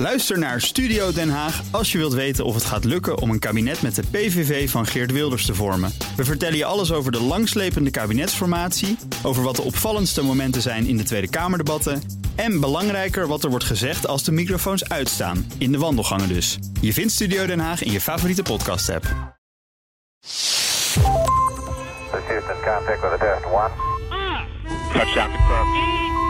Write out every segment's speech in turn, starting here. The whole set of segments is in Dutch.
Luister naar Studio Den Haag als je wilt weten of het gaat lukken om een kabinet met de PVV van Geert Wilders te vormen. We vertellen je alles over de langslepende kabinetsformatie, over wat de opvallendste momenten zijn in de Tweede Kamerdebatten en belangrijker wat er wordt gezegd als de microfoons uitstaan, in de wandelgangen dus. Je vindt Studio Den Haag in je favoriete podcast-app. Houston, contact with a test 1. Touchdown confirmed.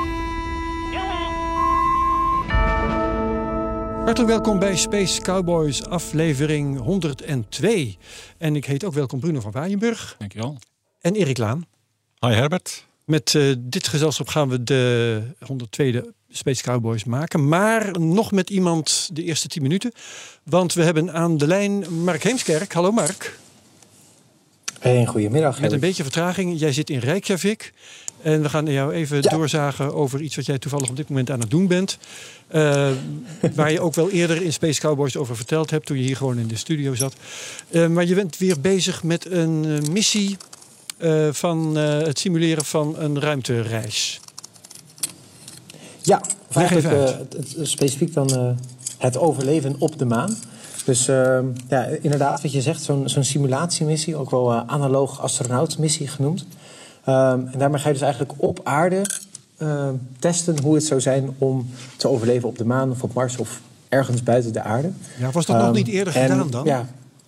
Hartelijk welkom bij Space Cowboys, aflevering 102. En ik heet ook welkom Bruno van Waaijenburg. Dankjewel. En Erik Laan. Hi Herbert. Met dit gezelschap gaan we de 102e Space Cowboys maken. Maar nog met iemand de eerste 10 minuten. Want we hebben aan de lijn Mark Heemskerk. Hallo Mark. Hey, goedemiddag. Met een beetje vertraging. Jij zit in Reykjavik. En we gaan jou even doorzagen over iets wat jij toevallig op dit moment aan het doen bent. Waar je ook wel eerder in Space Cowboys over verteld hebt toen je hier gewoon in de studio zat. Maar je bent weer bezig met een missie van het simuleren van een ruimtereis. Ja, leg even uit. Specifiek dan het overleven op de maan. Dus ja, inderdaad, wat je zegt, zo'n simulatiemissie, ook wel analoog astronautmissie genoemd. En daarmee ga je dus eigenlijk op aarde testen hoe het zou zijn om te overleven op de maan of op Mars of ergens buiten de aarde. Ja, was dat nog niet eerder gedaan dan? Ja.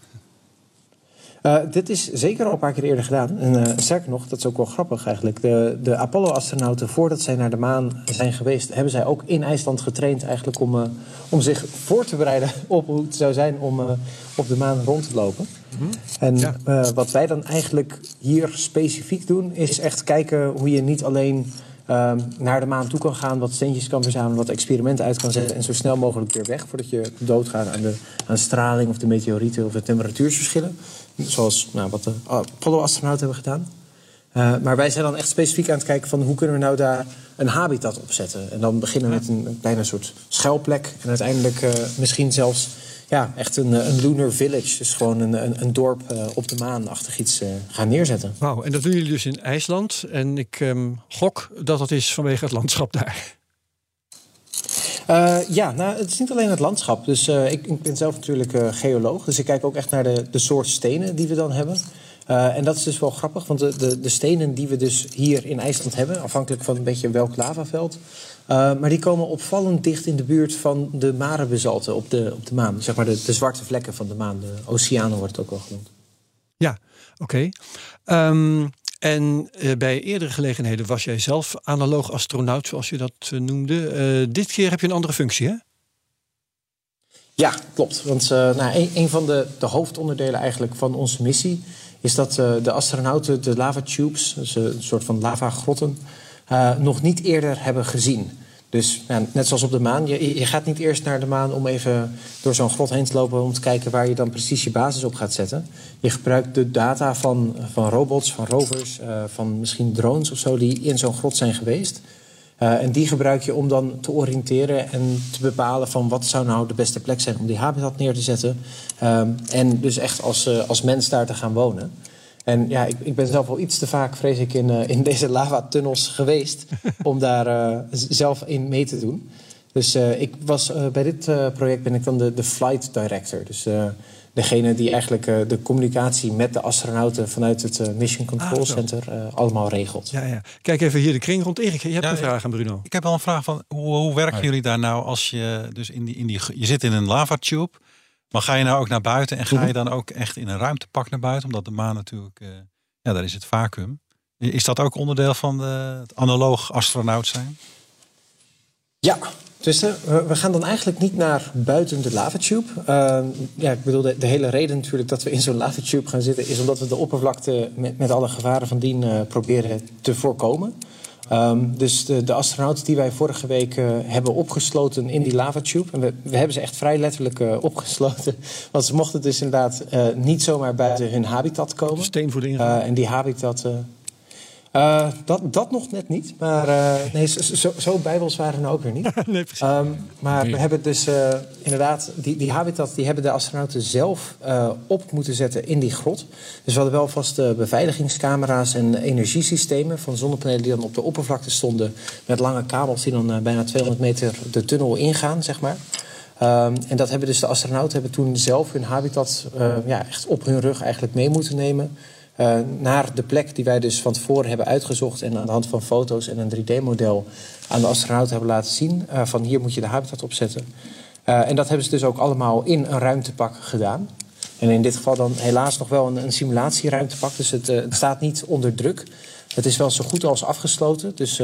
Dit is zeker al een paar keer eerder gedaan. En sterker nog, dat is ook wel grappig eigenlijk. De Apollo-astronauten, voordat zij naar de maan zijn geweest, hebben zij ook in IJsland getraind eigenlijk om zich voor te bereiden op hoe het zou zijn om op de maan rond te lopen. En wat wij dan eigenlijk hier specifiek doen, is echt kijken hoe je niet alleen naar de maan toe kan gaan, wat steentjes kan verzamelen, wat experimenten uit kan zetten en zo snel mogelijk weer weg voordat je doodgaat aan straling of de meteorieten of de temperatuursverschillen. Zoals wat de Apollo-astronauten hebben gedaan. Maar wij zijn dan echt specifiek aan het kijken van hoe kunnen we nou daar een habitat opzetten. En dan beginnen met een kleine soort schuilplek. En uiteindelijk misschien zelfs echt een lunar village. Dus gewoon een dorp op de maan-achtig iets gaan neerzetten. Wauw, en dat doen jullie dus in IJsland. En ik gok dat dat is vanwege het landschap daar. Het is niet alleen het landschap. Dus ik ben zelf natuurlijk geoloog. Dus ik kijk ook echt naar de soort stenen die we dan hebben. En dat is dus wel grappig, want de stenen die we dus hier in IJsland hebben, afhankelijk van een beetje welk lavaveld, maar die komen opvallend dicht in de buurt van de marebasalten op de maan. Zeg maar de zwarte vlekken van de maan. De oceanen wordt het ook wel genoemd. Ja, oké. En bij eerdere gelegenheden was jij zelf analoog astronaut, zoals je dat noemde. Dit keer heb je een andere functie, hè? Ja, klopt. Want een van de hoofdonderdelen eigenlijk van onze missie is dat de astronauten de lavatubes, dus een soort van lavagrotten, nog niet eerder hebben gezien. Dus net zoals op de maan, je gaat niet eerst naar de maan om even door zo'n grot heen te lopen om te kijken waar je dan precies je basis op gaat zetten. Je gebruikt de data van robots, van rovers, van misschien drones of zo die in zo'n grot zijn geweest. En die gebruik je om dan te oriënteren en te bepalen van wat zou nou de beste plek zijn om die habitat neer te zetten. En dus echt als mens daar te gaan wonen. En ja, ik ben zelf wel iets te vaak, vrees ik, in deze lavatunnels geweest om daar zelf in mee te doen. Dus ik was bij dit project ben ik dan de flight director. Dus degene die eigenlijk de communicatie met de astronauten vanuit het Mission Control Center allemaal regelt. Ja. Kijk even hier de kring rond. Erik, je hebt een vraag aan Bruno. Ik heb wel een vraag van hoe werken jullie daar nou als je dus je zit in een lavatube, maar ga je nou ook naar buiten en ga je dan ook echt in een ruimtepak naar buiten, omdat de maan natuurlijk, daar is het vacuüm. Is dat ook onderdeel van het analoog astronaut zijn? Ja. Dus we gaan dan eigenlijk niet naar buiten de lavatube. Ik bedoel, de hele reden natuurlijk dat we in zo'n lavatube gaan zitten is omdat we de oppervlakte met alle gevaren van dien proberen te voorkomen. Dus de astronauten die wij vorige week hebben opgesloten in die lavatube, en we hebben ze echt vrij letterlijk opgesloten, want ze mochten dus inderdaad niet zomaar buiten hun habitat komen. Steen voor de ingang. En die habitat... Dat nog net niet, maar zo bijbels waren we nou ook weer niet. Nee, precies. Maar we hebben dus inderdaad, die habitat die hebben de astronauten zelf op moeten zetten in die grot. Dus we hadden wel vast beveiligingscamera's en energiesystemen van zonnepanelen die dan op de oppervlakte stonden met lange kabels die dan bijna 200 meter de tunnel ingaan, zeg maar. En dat hebben dus de astronauten hebben toen zelf hun habitat echt op hun rug eigenlijk mee moeten nemen. Naar de plek die wij dus van tevoren hebben uitgezocht en aan de hand van foto's en een 3D-model aan de astronauten hebben laten zien. Van hier moet je de habitat opzetten. En dat hebben ze dus ook allemaal in een ruimtepak gedaan. En in dit geval dan helaas nog wel een simulatieruimtepak. Dus het staat niet onder druk. Het is wel zo goed als afgesloten. Dus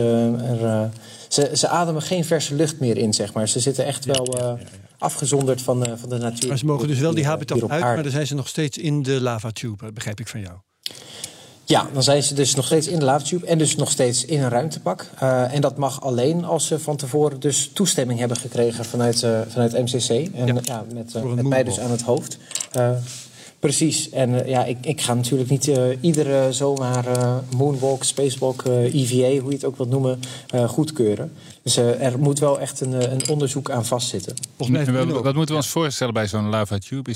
ze ademen geen verse lucht meer in, zeg maar. Ze zitten echt wel afgezonderd van de natuur. Maar ze mogen dus wel die habitat uit, maar dan zijn ze nog steeds in de lavatube, begrijp ik van jou. Ja, dan zijn ze dus nog steeds in de lavatube en dus nog steeds in een ruimtepak. En dat mag alleen als ze van tevoren dus toestemming hebben gekregen vanuit MCC. En met mij dus aan het hoofd. Precies. En ik ga natuurlijk niet iedere zomaar moonwalk, spacewalk, EVA, hoe je het ook wilt noemen, goedkeuren. Dus er moet wel echt een onderzoek aan vastzitten. Wat moeten we ons voorstellen bij zo'n lavatube?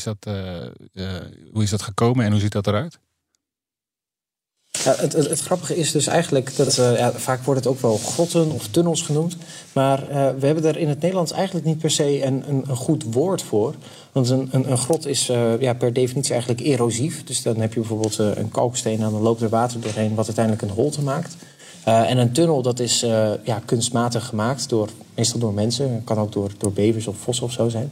Hoe is dat gekomen en hoe ziet dat eruit? Ja, het grappige is dus eigenlijk dat vaak wordt het ook wel grotten of tunnels genoemd. Maar we hebben er in het Nederlands eigenlijk niet per se een goed woord voor. Want een grot is per definitie eigenlijk erosief. Dus dan heb je bijvoorbeeld een kalksteen en dan loopt er water doorheen wat uiteindelijk een holte maakt. En een tunnel dat is kunstmatig gemaakt, meestal door mensen. Kan ook door bevers of vossen of zo zijn.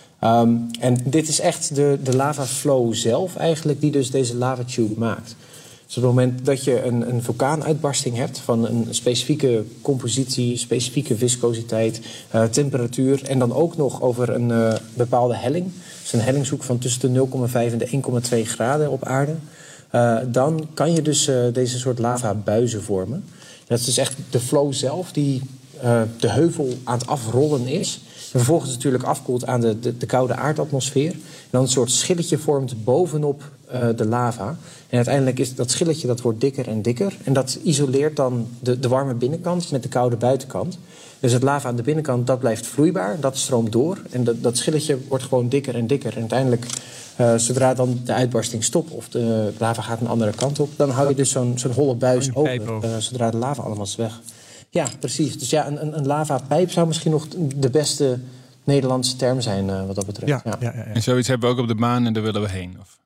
En dit is echt de lavaflow zelf eigenlijk die dus deze lavatube maakt. Dus op het moment dat je een vulkaanuitbarsting hebt van een specifieke compositie, specifieke viscositeit, temperatuur en dan ook nog over een bepaalde helling, dus een hellingshoek van tussen de 0,5 en de 1,2 graden op aarde, dan kan je dus deze soort lavabuizen vormen. Dat is dus echt de flow zelf die de heuvel aan het afrollen is. En vervolgens natuurlijk afkoelt aan de koude aardatmosfeer. En dan een soort schilletje vormt bovenop de lava. En uiteindelijk is dat schilletje dat wordt dikker en dikker. En dat isoleert dan de warme binnenkant met de koude buitenkant. Dus het lava aan de binnenkant, dat blijft vloeibaar. Dat stroomt door. En dat schilletje wordt gewoon dikker en dikker. En uiteindelijk, zodra dan de uitbarsting stopt of de lava gaat een andere kant op, dan hou je dus zo'n holle buis open. Zodra de lava allemaal is weg. Ja, precies. Dus een lavapijp zou misschien nog de beste Nederlandse term zijn wat dat betreft. Ja. En zoiets hebben we ook op de maan en daar willen we heen? Of?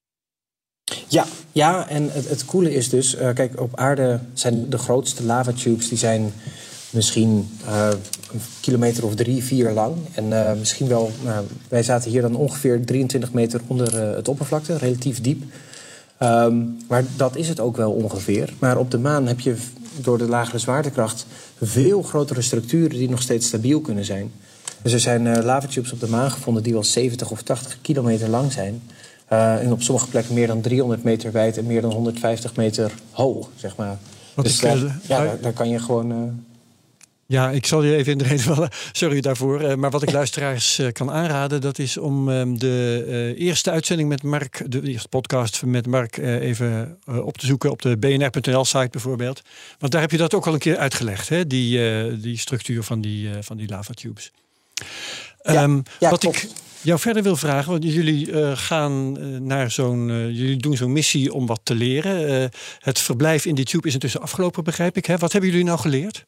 Ja, en het coole is dus, kijk, op aarde zijn de grootste lavatubes, die zijn misschien een kilometer of 3-4 lang. En misschien wel, wij zaten hier dan ongeveer 23 meter onder het oppervlakte, relatief diep. Maar dat is het ook wel ongeveer. Maar op de maan heb je door de lagere zwaartekracht veel grotere structuren die nog steeds stabiel kunnen zijn. Dus er zijn lavatubes op de maan gevonden die wel 70 of 80 kilometer lang zijn. En op sommige plekken meer dan 300 meter wijd en meer dan 150 meter hoog, zeg maar. Dus daar kan je gewoon... Ja, ik zal je even in de reden vallen. Sorry daarvoor. Maar wat ik luisteraars kan aanraden, dat is om de eerste uitzending met Mark, de eerste podcast met Mark, even op te zoeken op de bnr.nl-site bijvoorbeeld. Want daar heb je dat ook al een keer uitgelegd, hè? Die structuur van die lavatubes. Wat ik jou verder wil vragen, want jullie gaan naar jullie doen zo'n missie om wat te leren. Het verblijf in die tube is intussen afgelopen, begrijp ik. Hè? Wat hebben jullie nou geleerd?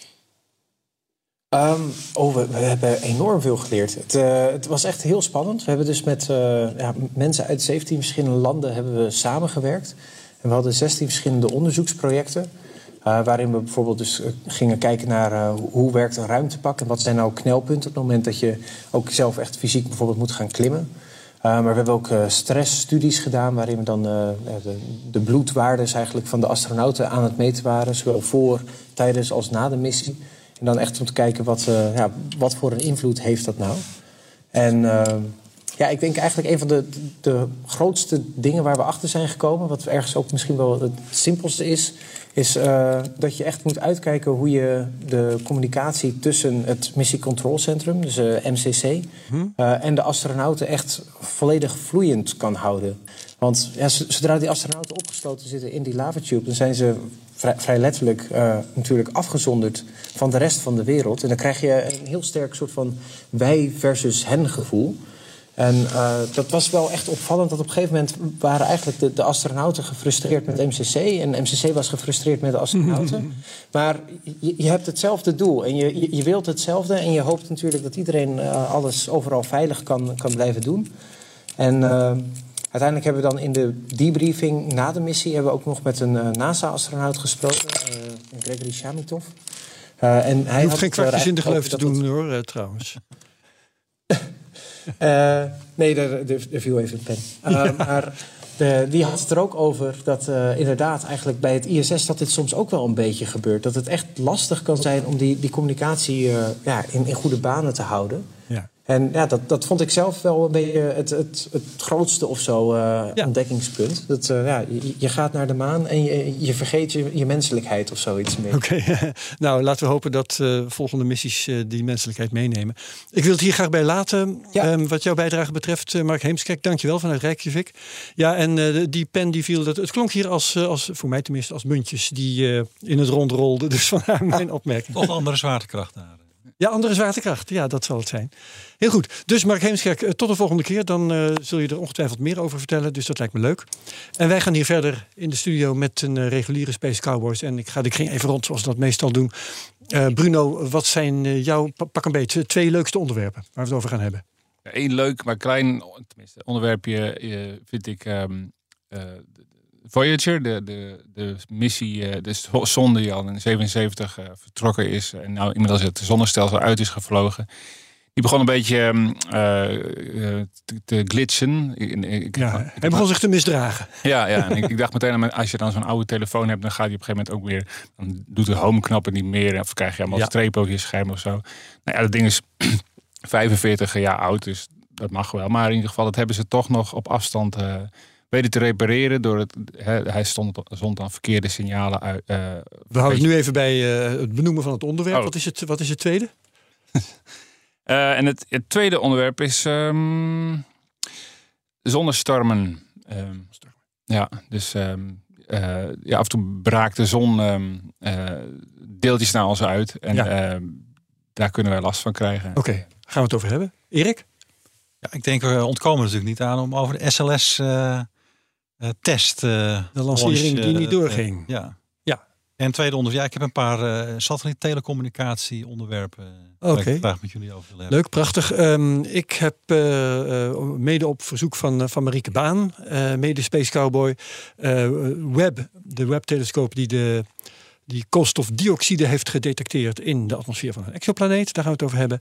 We hebben enorm veel geleerd. Het was echt heel spannend. We hebben dus met mensen uit 17 verschillende landen hebben we samengewerkt. En we hadden 16 verschillende onderzoeksprojecten. Waarin we bijvoorbeeld dus gingen kijken naar hoe werkt een ruimtepak en wat zijn nou knelpunten op het moment dat je ook zelf echt fysiek bijvoorbeeld moet gaan klimmen. Maar we hebben ook stressstudies gedaan waarin we dan de bloedwaardes eigenlijk van de astronauten aan het meten waren, zowel voor, tijdens als na de missie. En dan echt om te kijken wat voor een invloed heeft dat nou. En ik denk eigenlijk een van de grootste dingen waar we achter zijn gekomen, wat ergens ook misschien wel het simpelste is dat je echt moet uitkijken hoe je de communicatie tussen het missiecontrolcentrum, dus MCC, en de astronauten echt volledig vloeiend kan houden. Want zodra die astronauten opgesloten zitten in die lavatube, dan zijn ze vrij letterlijk natuurlijk afgezonderd van de rest van de wereld. En dan krijg je een heel sterk soort van wij versus hen gevoel. En dat was wel echt opvallend. Dat op een gegeven moment waren eigenlijk de astronauten gefrustreerd met MCC. En MCC was gefrustreerd met de astronauten. Maar je hebt hetzelfde doel. En je wilt hetzelfde. En je hoopt natuurlijk dat iedereen alles overal veilig kan blijven doen. En uiteindelijk hebben we dan in de debriefing na de missie... hebben we ook nog met een NASA-astronaut gesproken. Gregory Shamitov. En hij Je hoeft geen kwartjes in de gleuf te doen hoor, trouwens. Nee, er viel even een pen. Maar die had het er ook over dat inderdaad eigenlijk bij het ISS... dat dit soms ook wel een beetje gebeurt. Dat het echt lastig kan zijn om die communicatie in goede banen te houden. Ja. En ja, dat vond ik zelf wel een beetje het grootste of zo ontdekkingspunt. Dat, je gaat naar de maan en je vergeet je menselijkheid of zoiets mee. Oké. Nou, laten we hopen dat volgende missies die menselijkheid meenemen. Ik wil het hier graag bij laten. Ja. Wat jouw bijdrage betreft, Mark Heemskerk, dankjewel vanuit Reykjavik. Ja, en die pen die viel, het klonk hier als voor mij tenminste, als muntjes die in het rond rolden. Dus vandaar mijn opmerking. Toch andere zwaartekracht daar. Ja, andere zwaartekracht. Ja, dat zal het zijn. Heel goed. Dus Mark Heemskerk, tot de volgende keer. Dan zul je er ongetwijfeld meer over vertellen. Dus dat lijkt me leuk. En wij gaan hier verder in de studio met een reguliere Space Cowboys. En ik ga de kring even rond zoals we dat meestal doen. Bruno, wat zijn jouw, pak een beetje, 2 leukste onderwerpen waar we het over gaan hebben? Eén leuk, maar klein onderwerpje vind ik... Voyager, de missie, de zonde die al in 77 vertrokken is en nou inmiddels het zonnestelsel uit is gevlogen. Die begon een beetje te glitchen. Hij begon zich te misdragen. Ja, en ik dacht meteen, als je dan zo'n oude telefoon hebt, dan gaat hij op een gegeven moment ook weer, dan doet de home-knappen niet meer, of krijg je allemaal strepen over je scherm of zo. Nou ja, dat ding is 45 jaar oud, dus dat mag wel. Maar in ieder geval, dat hebben ze toch nog op afstand weten te repareren door hij zond dan verkeerde signalen uit. We houden het nu even bij het benoemen van het onderwerp. Oh. Wat is het tweede? En het tweede onderwerp is zonnestormen. Ja, dus af en toe braakt de zon deeltjes naar ons uit. En daar kunnen wij last van krijgen. Oké, gaan we het over hebben. Erik? Ja, ik denk we ontkomen natuurlijk niet aan om over de SLS... test. De lancering die niet doorging. Ja. En tweede onderwerp. Ja, ik heb een paar satelliet-telecommunicatie onderwerpen. Waar ik graag met jullie over wil hebben. Leuk, prachtig. Ik heb mede op verzoek van Marieke Baan, mede Space Cowboy, de Webb-telescoop die koolstofdioxide heeft gedetecteerd in de atmosfeer van een exoplaneet. Daar gaan we het over hebben.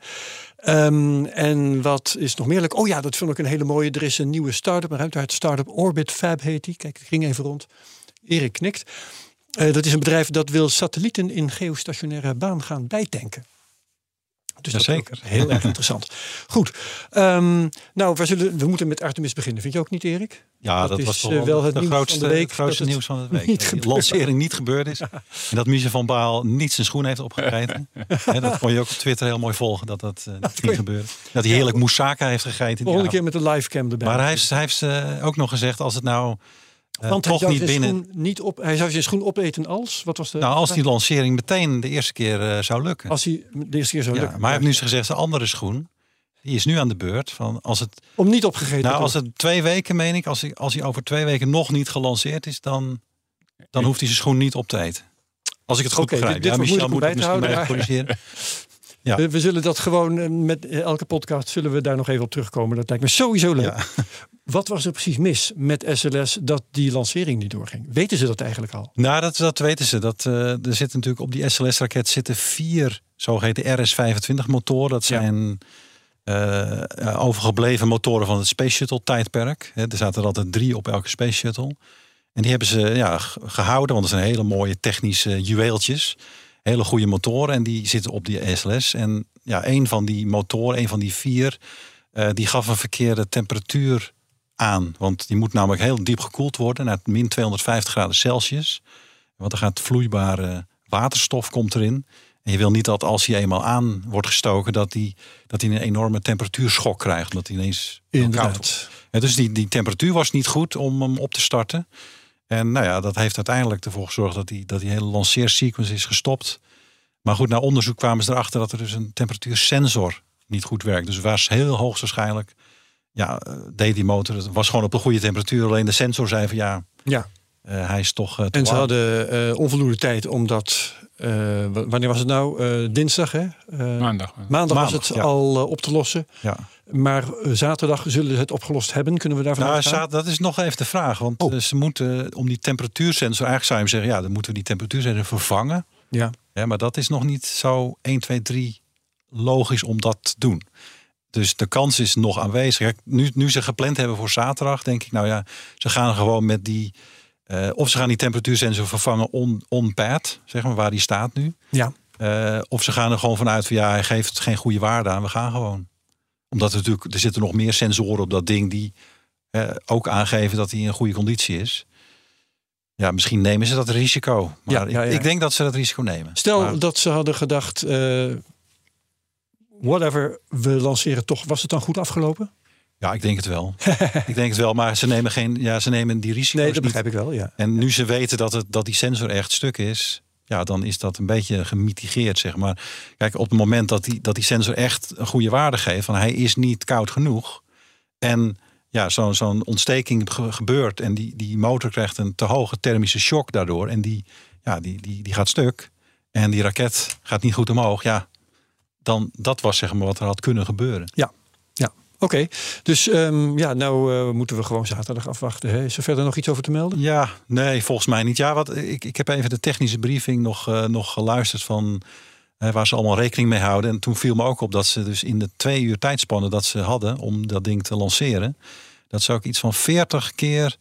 En wat is nog meer leuk? Oh ja, dat vond ik een hele mooie. Er is een nieuwe start-up, een ruimtevaart start-up. Orbit Fab heet die. Kijk, ik ging even rond. Erik knikt. Dat is een bedrijf dat wil satellieten in geostationaire baan gaan bijtanken. Dus dat zeker. Is heel erg interessant. Goed. Nou, we moeten met Artemis beginnen. Vind je ook niet, Erik? Ja, dat was toch wel het grootste nieuws van de week. Dat de lancering niet gebeurd is. En dat Michel van Baal niet zijn schoen heeft opgegeten. Dat kon je ook op Twitter heel mooi volgen. Dat niet gebeurde. Dat hij heerlijk moussaka heeft gegeten. Volgende keer met de livecam erbij. Maar hij heeft ook nog gezegd, als het nou... Want hij zou zijn schoen opeten als? Wat was de als die lancering meteen de eerste keer zou lukken. Als hij de eerste keer zou lukken. Maar hij heeft nu gezegd, de andere schoen, die is nu aan de beurt. Om niet opgegeten te worden. Als het 2 weken, meen ik, als hij over 2 weken nog niet gelanceerd is, dan hoeft hij zijn schoen niet op te eten. Als ik het goed begrijp. Michel moet het misschien bij corrigeren. Ja. We zullen dat gewoon met elke podcast zullen we daar nog even op terugkomen. Dat lijkt me sowieso leuk. Ja. Wat was er precies mis met SLS dat die lancering niet doorging? Weten ze dat eigenlijk al? Nou, dat weten ze. Er zitten natuurlijk op die SLS-raket 4 zogeheten RS-25 motoren. Dat zijn overgebleven motoren van het Space Shuttle-tijdperk. Er zaten er altijd 3 op elke Space Shuttle. En die hebben ze gehouden, want dat zijn hele mooie technische juweeltjes. Hele goede motoren en die zitten op die SLS. En een van die motoren, een van die 4, die gaf een verkeerde temperatuur aan. Want die moet namelijk heel diep gekoeld worden naar min 250 graden Celsius. Want er gaat vloeibare waterstof komt erin. En je wil niet dat als hij eenmaal aan wordt gestoken, dat hij een enorme temperatuurschok krijgt. Omdat hij ineens koud wordt. Dus die temperatuur was niet goed om hem op te starten. En dat heeft uiteindelijk ervoor gezorgd dat die hele lanceersequence is gestopt. Maar goed, na onderzoek kwamen ze erachter dat er dus een temperatuursensor niet goed werkt. Dus was heel hoogstwaarschijnlijk deed die motor. Het was gewoon op de goede temperatuur. Alleen de sensor zei van hij is toch te En ze warm. hadden onvoldoende tijd omdat... wanneer was het nou? Dinsdag, hè? Maandag was het al op te lossen. Ja. Maar zaterdag zullen ze het opgelost hebben. Kunnen we daarvan uitgaan? Dat is nog even de vraag. Want ze moeten om die temperatuursensor... Eigenlijk zou je hem zeggen, dan moeten we die temperatuursensor vervangen. Ja. Ja, maar dat is nog niet zo 1, 2, 3 logisch om dat te doen. Dus de kans is nog aanwezig. Nu ze gepland hebben voor zaterdag, denk ik... ze gaan gewoon met die... of ze gaan die temperatuursensor vervangen on-pad, zeg maar, waar die staat nu. Ja. Of ze gaan er gewoon vanuit van hij geeft geen goede waarde aan. We gaan gewoon. Omdat er zitten nog meer sensoren op dat ding die ook aangeven dat hij in goede conditie is. Ja, misschien nemen ze dat risico. Maar ik denk dat ze dat risico nemen. Stel dat ze hadden gedacht, whatever, we lanceren toch. Was het dan goed afgelopen? Ja, ik denk het wel. Ik denk het wel, maar ze nemen die risico's. Nee, dat begrijp ik wel, ja. En nu ze weten dat die sensor echt stuk is, dan is dat een beetje gemitigeerd, zeg maar. Kijk, op het moment dat die sensor echt een goede waarde geeft, van hij is niet koud genoeg. En zo'n ontsteking gebeurt en die motor krijgt een te hoge thermische shock daardoor. En die gaat stuk. En die raket gaat niet goed omhoog. Ja, dan dat was zeg maar wat er had kunnen gebeuren. Ja. Oké, dus moeten we gewoon zaterdag afwachten. Hè? Is er verder nog iets over te melden? Ja, nee, volgens mij niet. Ja, ik heb even de technische briefing nog geluisterd van waar ze allemaal rekening mee houden. En toen viel me ook op dat ze dus in de 2 uur tijdspannen dat ze hadden om dat ding te lanceren, dat ze ook iets van 40 keer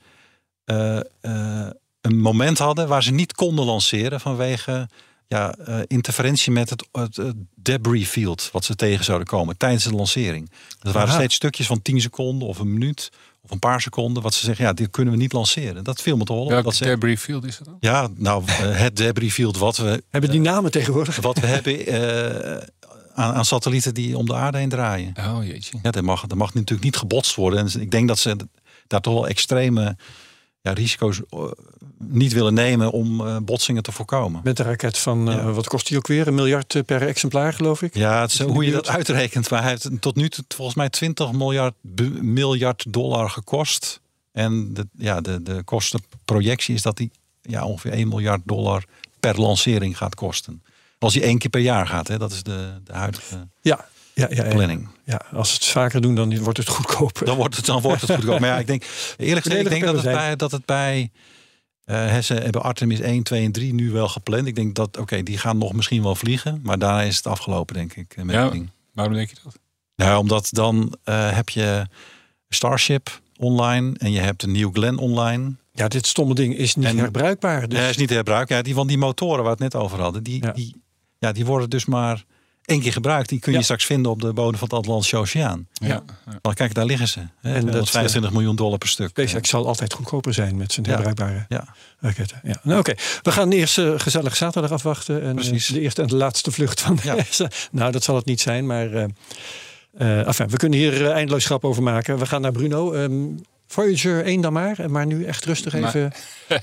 een moment hadden waar ze niet konden lanceren vanwege interferentie met het debris field wat ze tegen zouden komen tijdens de lancering. Dat waren steeds stukjes van 10 seconden of een minuut of een paar seconden wat ze zeggen, dit kunnen we niet lanceren. Dat viel me toch wel op. Welk debris field is dat dan? Ja, nou, het debris field wat we... Hebben die namen tegenwoordig? Wat we hebben aan satellieten die om de aarde heen draaien. Oh jeetje. Ja, dat mag natuurlijk niet gebotst worden. En ik denk dat ze daar toch wel extreme risico's niet willen nemen om botsingen te voorkomen. Met een raket van, wat kost die ook weer? $1 miljard per exemplaar, geloof ik? Ja, het is hoe je dat uitrekent. Maar hij heeft tot nu toe volgens mij $20 miljard gekost. En de kostenprojectie is dat die ongeveer $1 miljard per lancering gaat kosten. Als hij 1 keer per jaar gaat, hè? Dat is de huidige planning. Ja, als ze het vaker doen, dan wordt het goedkoper. Dan wordt het goedkoper. Maar ik denk eerlijk gezegd, dat het bij ze hebben Artemis 1, 2 en 3 nu wel gepland. Ik denk dat die gaan nog misschien wel vliegen, maar daarna is het afgelopen, denk ik. Met het ding. Waarom denk je dat? Nou, omdat dan heb je Starship online en je hebt een New Glenn online. Ja, dit stomme ding is niet herbruikbaar. Dus... Nee, is niet herbruikbaar. Ja, die motoren waar we het net over hadden, die worden dus maar 1 keer gebruikt. Die kun je straks vinden op de bodem van het Atlantische Oceaan. Ja. Maar kijk, daar liggen ze. Hè? En dat $25 miljoen per stuk. SpaceX zal altijd goedkoper zijn met zijn herbruikbare raketten. Ja. Nou, oké. We gaan eerst gezellig zaterdag afwachten. En de eerste en de laatste vlucht van de ESA. Nou, dat zal het niet zijn, maar we kunnen hier eindeloos grap over maken. We gaan naar Bruno. Voyager 1 dan maar nu echt rustig even.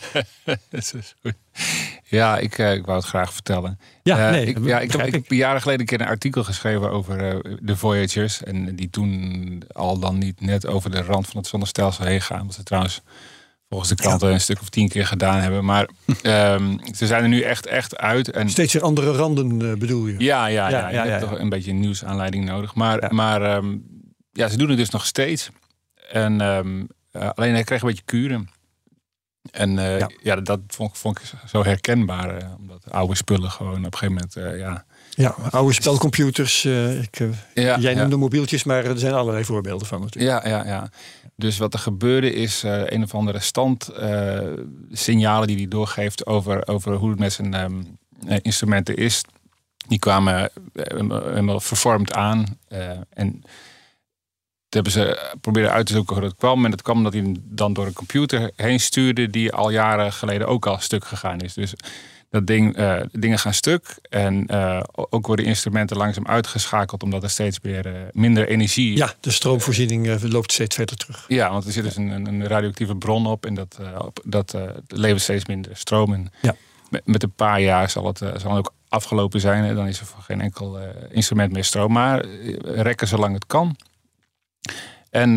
Ja, ik wou het graag vertellen. Ik heb jaren geleden een keer een artikel geschreven over de Voyagers. En die toen al dan niet net over de rand van het zonnestelsel heen gaan. Wat ze trouwens volgens de kranten een stuk of 10 keer gedaan hebben. Maar ze zijn er nu echt uit. En steeds weer andere randen bedoel je? Ja. Je hebt toch een beetje een nieuwsaanleiding nodig. Maar ze doen het dus nog steeds. En alleen hij kreeg een beetje kuren. En dat vond ik zo herkenbaar. Omdat oude spullen gewoon op een gegeven moment... oude spelcomputers. Jij noemde mobieltjes, maar er zijn allerlei voorbeelden van natuurlijk. Ja. Dus wat er gebeurde is een of andere standsignalen die hij doorgeeft over hoe het met zijn instrumenten is. Die kwamen helemaal vervormd aan. En toen hebben ze proberen uit te zoeken hoe dat kwam. En dat kwam omdat hij hem dan door een computer heen stuurde die al jaren geleden ook al stuk gegaan is. Dus dat dingen gaan stuk. En ook worden instrumenten langzaam uitgeschakeld omdat er steeds weer minder energie... Ja, de stroomvoorziening loopt steeds verder terug. Ja, want er zit dus een radioactieve bron op en dat levert steeds minder stroom. En met een paar jaar zal het ook afgelopen zijn. En dan is er voor geen enkel instrument meer stroom. Maar rekken zolang het kan. En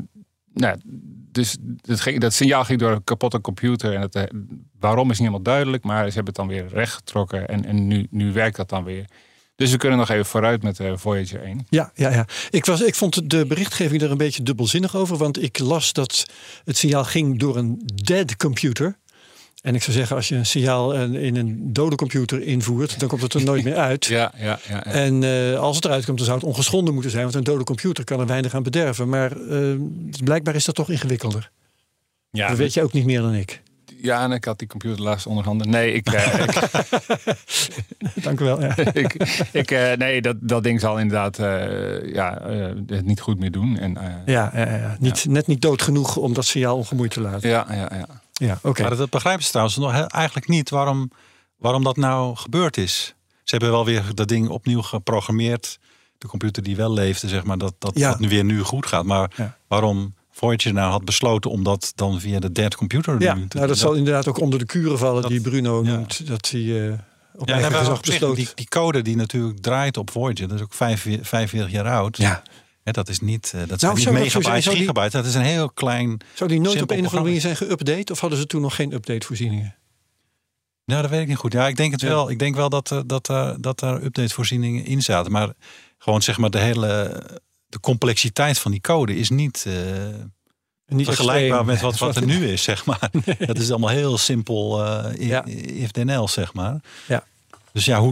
dus dat signaal ging door een kapotte computer. En waarom is niet helemaal duidelijk. Maar ze hebben het dan weer rechtgetrokken. En nu werkt dat dan weer. Dus we kunnen nog even vooruit met Voyager 1. Ja. Ik vond de berichtgeving er een beetje dubbelzinnig over. Want ik las dat het signaal ging door een dead computer. En ik zou zeggen, als je een signaal in een dode computer invoert, dan komt het er nooit meer uit. Ja. En als het eruit komt, dan zou het ongeschonden moeten zijn. Want een dode computer kan er weinig aan bederven. Maar blijkbaar is dat toch ingewikkelder. Ja, Dat weet je ook niet meer dan ik. Ja, en ik had die computer laatst onder handen. Nee, Dank u wel. Ja. Nee, dat ding zal inderdaad het niet goed meer doen. En, Net niet dood genoeg om dat signaal ongemoeid te laten. Ja, oké. Maar dat begrijpen ze trouwens nog eigenlijk niet waarom dat nou gebeurd is. Ze hebben wel weer dat ding opnieuw geprogrammeerd. De computer die wel leefde, zeg maar, dat nu weer goed gaat. Maar waarom Voyager nou had besloten om dat dan via de dead computer te doen? Dat zal inderdaad ook onder de kuren vallen die Bruno noemt. Dat hij op eigen gezag besloot. Die code die natuurlijk draait op Voyager, dat is ook 45 jaar oud. Ja. Dat is niet, niet megabyte, gigabyte. Dat is een heel klein. Zou die nooit op een of andere manier zijn geüpdate? Of hadden ze toen nog geen updatevoorzieningen? Nou, dat weet ik niet goed. Ja, ik denk het wel. Ik denk wel dat er updatevoorzieningen in zaten. Maar gewoon zeg maar de complexiteit van die code is niet vergelijkbaar met wat er nu is, zeg maar. Nee. Dat is allemaal heel simpel if then else, zeg maar. Ja. Dus ja,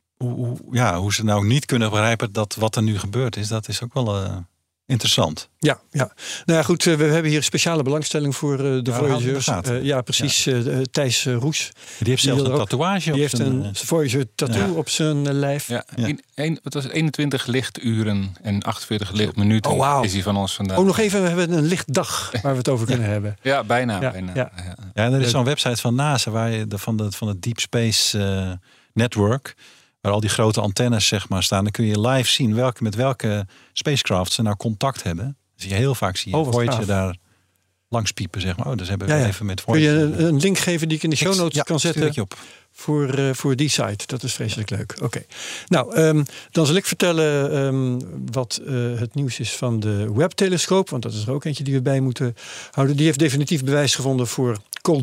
hoe ze nou niet kunnen begrijpen dat wat er nu gebeurd is, dat is ook wel interessant. Ja. Nou ja, goed. We hebben hier speciale belangstelling voor de Voyagers. Precies. Thijs Roes. Die heeft zelfs een tatoeage. Die heeft een Voyager tattoo op zijn lijf. Ja. Het was 21 lichturen en 48 lichtminuten is hij van ons vandaan. Nog even, we hebben een lichtdag waar we het over kunnen hebben. Ja, bijna. Ja, en er is zo'n website van NASA waar je van het Deep Space Network, waar al die grote antennes zeg maar staan, dan kun je live zien met welke spacecraft ze nou contact hebben. Dus heel vaak zie je Voyager daar langs piepen, zeg maar. Dus hebben we even met Voyager. Kun je een link geven die ik in de show notes kan zetten op. Voor die site. Dat is vreselijk leuk. Oké. Nou, dan zal ik vertellen wat het nieuws is van de Webb-telescoop. Want dat is er ook eentje die we bij moeten houden. Die heeft definitief bewijs gevonden voor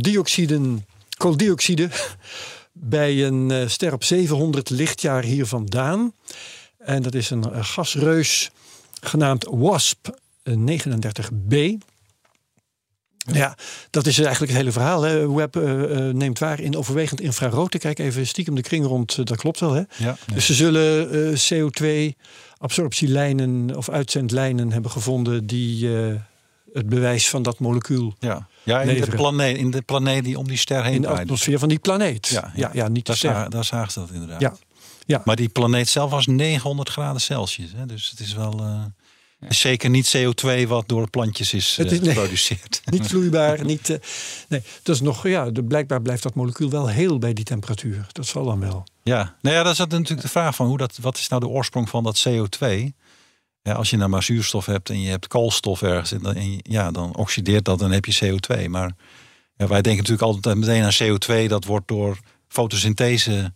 kooldioxide bij een ster op 700 lichtjaar hier vandaan. En dat is een gasreus genaamd WASP 39b. Ja, dat is eigenlijk het hele verhaal. Hè. Webb neemt waar in overwegend infrarood. Ik kijk even stiekem de kring rond, dat klopt wel. Hè? Ja. Dus ze zullen CO2-absorptielijnen of uitzendlijnen hebben gevonden die het bewijs van dat molecuul in de planeet die om die ster heen in de atmosfeer van die planeet. Ja, niet de ster. Daar zagen ze dat inderdaad. Ja. Maar die planeet zelf was 900 graden Celsius. Hè? Dus het is wel is zeker niet CO2 wat door plantjes is geproduceerd. Niet vloeibaar. Nee, dat is nog. Blijkbaar blijft dat molecuul wel heel bij die temperatuur. Dat zal dan wel. Ja, nou ja, dat is natuurlijk de vraag van wat is nou de oorsprong van dat CO2? Ja, als je nou maar zuurstof hebt en je hebt koolstof ergens, dan oxideert dat, dan heb je CO2. Maar wij denken natuurlijk altijd meteen aan CO2. Dat wordt door fotosynthese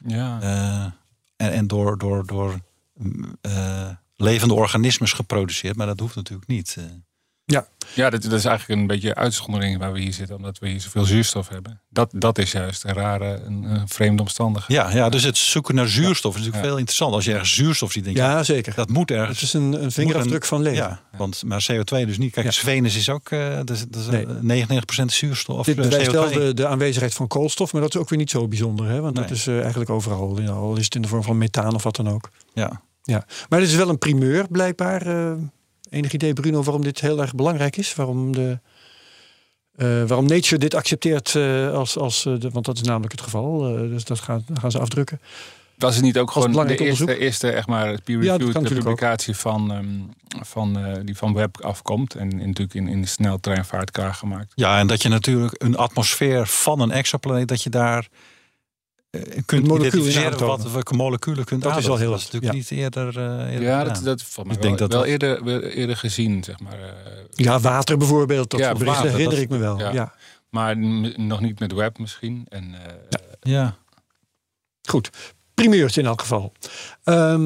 en door levende organismes geproduceerd. Maar dat hoeft natuurlijk niet. Ja, dat is eigenlijk een beetje uitzondering waar we hier zitten, omdat we hier zoveel zuurstof hebben. Dat is juist een rare, een vreemde omstandigheid. Ja, dus het zoeken naar zuurstof is natuurlijk veel interessant. Als je ergens zuurstof ziet, denk je, ja, zeker. Dat moet ergens. Het is een vingerafdruk van leven. Ja, maar CO2 dus niet. Kijk, Venus is ook dat is 99% zuurstof. Dit bewijst wel de aanwezigheid van koolstof, maar dat is ook weer niet zo bijzonder. Hè? Want dat is eigenlijk overal. Al is het in de vorm van methaan of wat dan ook. Ja. Maar dit is wel een primeur, blijkbaar. Enig idee, Bruno, waarom dit heel erg belangrijk is? Waarom Nature dit accepteert want dat is namelijk het geval. Dus dat gaan ze afdrukken. Was het niet ook gewoon de eerste echt maar peer-reviewed publicatie die van Webb afkomt en natuurlijk in de sneltreinvaart klaargemaakt? Ja, en dat je natuurlijk een atmosfeer van een exoplaneet, dat je daar kunt identificeren welke moleculen kunt aantonen. Dat is wel heel dat is natuurlijk niet eerder dat valt me wel eerder gezien, zeg maar. Water bijvoorbeeld, dat herinner ik me wel. Ja. Maar nog niet met Webb misschien. En, Goed, primeurtje in elk geval.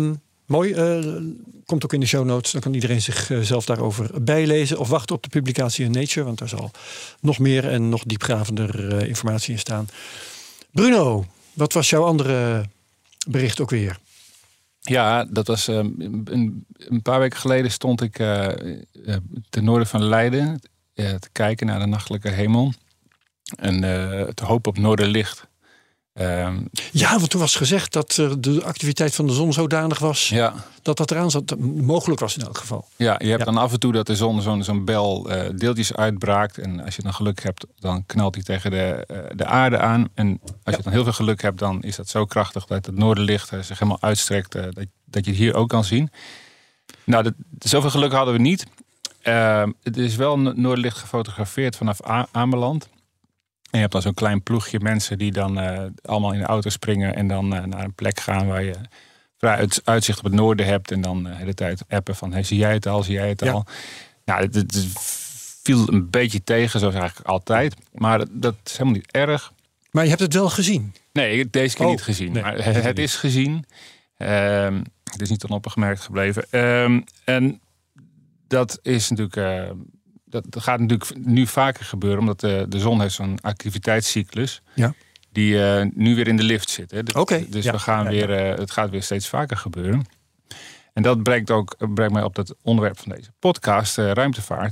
Mooi. Komt ook in de show notes. Dan kan iedereen zichzelf daarover bijlezen. Of wachten op de publicatie in Nature. Want daar zal nog meer en nog diepgravender informatie in staan. Bruno, wat was jouw andere bericht ook weer? Ja, dat was een paar weken geleden stond ik ten noorden van Leiden te kijken naar de nachtelijke hemel. En te hopen op noorderlicht. Ja, want toen was gezegd dat de activiteit van de zon zodanig was dat eraan zat. Mogelijk was in elk geval. Ja, je hebt dan af en toe dat de zon zo'n bel deeltjes uitbraakt. En als je dan geluk hebt, dan knalt die tegen de aarde aan. En als je dan heel veel geluk hebt, dan is dat zo krachtig dat het noorderlicht zich helemaal uitstrekt. Dat je het hier ook kan zien. Nou, zoveel geluk hadden we niet. Het is wel noorderlicht gefotografeerd vanaf Ameland. En je hebt dan zo'n klein ploegje mensen die dan allemaal in de auto springen en dan naar een plek gaan waar je vrij uitzicht op het noorden hebt. En dan de hele tijd appen van, hey, zie jij het al, zie jij het al? Nou, het viel een beetje tegen, zoals eigenlijk altijd. Maar dat is helemaal niet erg. Maar je hebt het wel gezien? Nee, deze keer niet gezien. Nee, maar het is gezien. Het is niet onopgemerkt gebleven. En dat is natuurlijk... Dat gaat natuurlijk nu vaker gebeuren, omdat de zon heeft zo'n activiteitscyclus die nu weer in de lift zit. Hè. Dus we gaan weer, het gaat weer steeds vaker gebeuren. En dat brengt mij op dat onderwerp van deze podcast, ruimtevaart.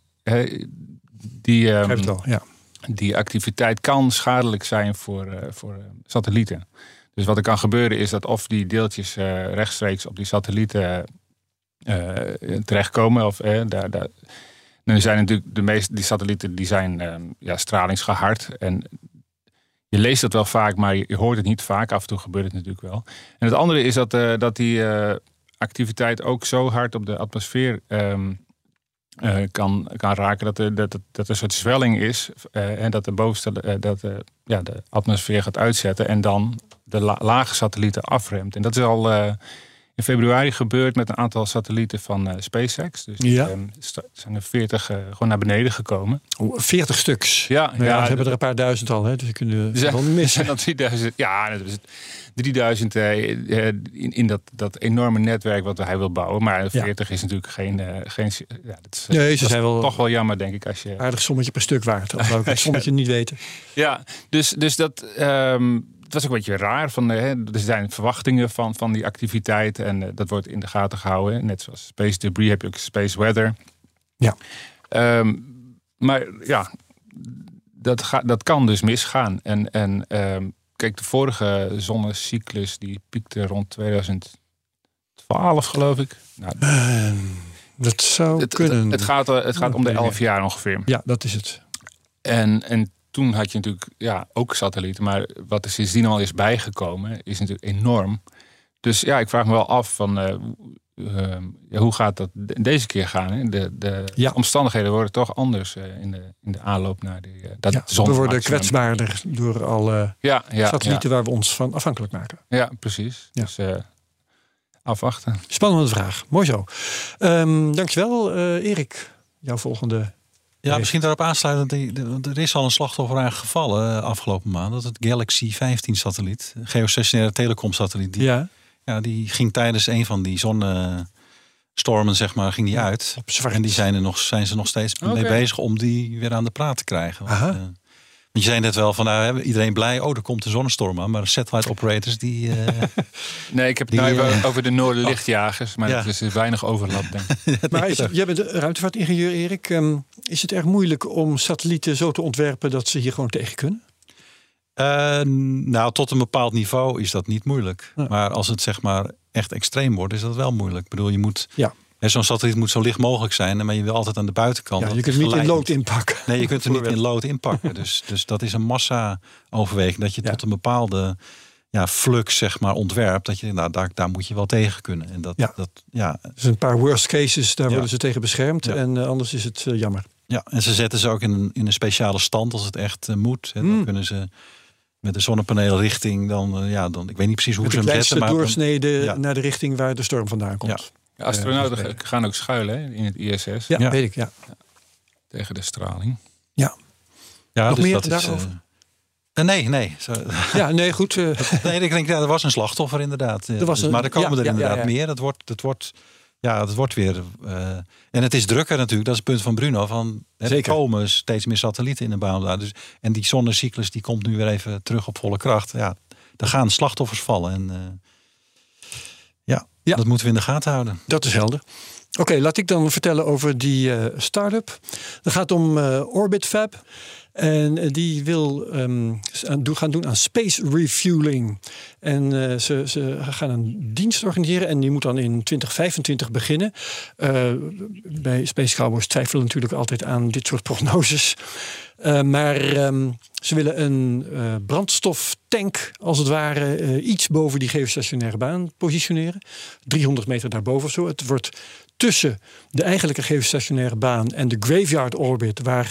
Die activiteit kan schadelijk zijn voor satellieten. Dus wat er kan gebeuren is dat of die deeltjes rechtstreeks op die satellieten terechtkomen, of nu zijn natuurlijk die satellieten die zijn stralingsgehard. En je leest dat wel vaak, maar je hoort het niet vaak. Af en toe gebeurt het natuurlijk wel. En het andere is dat die activiteit ook zo hard op de atmosfeer kan raken dat er een soort zwelling is. En dat de atmosfeer gaat uitzetten en dan de lage satellieten afremt. En dat is al in februari gebeurd met een aantal satellieten van SpaceX. Dus zijn er 40 gewoon naar beneden gekomen. 40 stuks? Ja, we hebben er een paar duizend al. Hè, dus je kunt het wel missen. Dan 3000, ja, 3000 in dat enorme netwerk wat hij wil bouwen. Maar 40 is natuurlijk geen ze zijn wel toch wel jammer, denk ik. Als je aardig sommetje per stuk waard. Dat zou ik het sommetje niet weten. Ja, dus dat... Het was ook een beetje raar. Er zijn verwachtingen van die activiteit. En dat wordt in de gaten gehouden. Net zoals Space Debris heb je ook Space Weather. Ja. Maar ja, dat kan dus misgaan. En kijk, de vorige zonnecyclus die piekte rond 2012, geloof ik. Nou, dat zou kunnen. Het gaat om de 11 jaar ongeveer. Ja, dat is het. En toen had je natuurlijk ook satellieten. Maar wat er sindsdien al is bijgekomen is natuurlijk enorm. Dus ja, ik vraag me wel af van hoe gaat dat deze keer gaan? Hè? De omstandigheden worden toch anders in de aanloop naar dat zonmaximum. We worden kwetsbaarder door alle satellieten waar we ons van afhankelijk maken. Ja, precies. Ja. Dus afwachten. Spannende vraag. Mooi zo. Dankjewel, Erik. Jouw volgende... Ja, misschien daarop aansluitend. Want er is al een slachtoffer aan gevallen afgelopen maand. Dat het Galaxy 15 satelliet, geostationaire telecomsatelliet. Die ging tijdens een van die zonnestormen, zeg maar, ging die uit. En die zijn ze nog steeds mee bezig om die weer aan de praat te krijgen. Want je zei net wel van iedereen blij. Er komt een zonnestorm aan. Maar de satellite operators die... Nee, ik heb het over de noorderlichtjagers. Maar het is weinig overlap, denk ik. Maar jij bent ruimtevaartingenieur, Erik. Is het erg moeilijk om satellieten zo te ontwerpen dat ze hier gewoon tegen kunnen? Nou, tot een bepaald niveau is dat niet moeilijk. Ja. Maar als het zeg maar echt extreem wordt, is dat wel moeilijk. Ik bedoel, je moet... Ja. Zo'n satelliet moet zo licht mogelijk zijn, maar je wil altijd aan de buitenkant. Ja, je kunt niet in lood inpakken. Nee, je kunt er niet in lood inpakken. Dus dat is een massa-overweging. Dat je tot een bepaalde flux, zeg maar, ontwerpt. Dat je, daar moet je wel tegen kunnen. En Dus een paar worst cases, daar worden ze tegen beschermd. Ja. En anders is het jammer. Ja, en ze zetten ze ook in een speciale stand als het echt moet. En dan kunnen ze met de zonnepaneelrichting dan ik weet niet precies hoe ze hem zetten. Maar doorsneden naar de richting waar de storm vandaan komt. Ja. Ja, astronauten gaan ook schuilen in het ISS. Ja, weet ik, ja. Tegen de straling. Ja. Ja, nog dus meer dat daarover? Nee. Ja, nee, goed. Nee, ik denk, er was een slachtoffer inderdaad. Maar er komen er inderdaad meer. Het wordt weer... en het is drukker natuurlijk, dat is het punt van Bruno. Er komen steeds meer satellieten in de baan. Dus, en die zonnecyclus die komt nu weer even terug op volle kracht. Ja, er gaan slachtoffers vallen. En dat moeten we in de gaten houden. Dat is helder. Oké, laat ik dan vertellen over die start-up. Het gaat om Orbit Fab. En die wil gaan doen aan space refueling. En ze gaan een dienst organiseren. En die moet dan in 2025 beginnen. Bij Space Cowboys twijfelen natuurlijk altijd aan dit soort prognoses. Maar ze willen een brandstoftank, als het ware, iets boven die geostationaire baan positioneren. 300 meter daarboven of zo. Het wordt tussen de eigenlijke geostationaire baan en de graveyard orbit, waar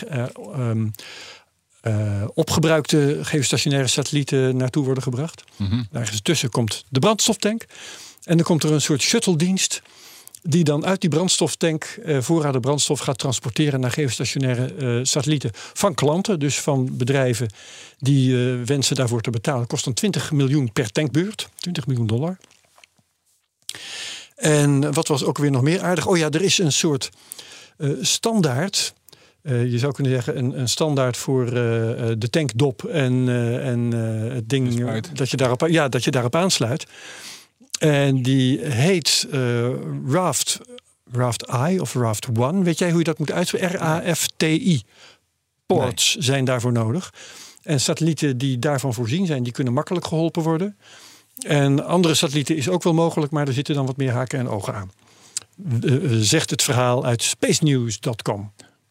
opgebruikte geostationaire satellieten naartoe worden gebracht. Mm-hmm. Daar tussen komt de brandstoftank. En dan komt er een soort shuttle-dienst die dan uit die brandstoftank voorraden brandstof gaat transporteren naar geostationaire satellieten van klanten, dus van bedrijven die wensen daarvoor te betalen. Kost dan $20 miljoen per tankbeurt, $20 miljoen. En wat was ook weer nog meer aardig? Oh ja, er is een soort standaard. Je zou kunnen zeggen een standaard voor de tankdop en het ding dat je daarop aansluit. En die heet Raft I of Raft One. Weet jij hoe je dat moet uitspreken? RAFTI. Ports zijn daarvoor nodig. En satellieten die daarvan voorzien zijn, die kunnen makkelijk geholpen worden. En andere satellieten is ook wel mogelijk, maar er zitten dan wat meer haken en ogen aan. Zegt het verhaal uit spacenews.com.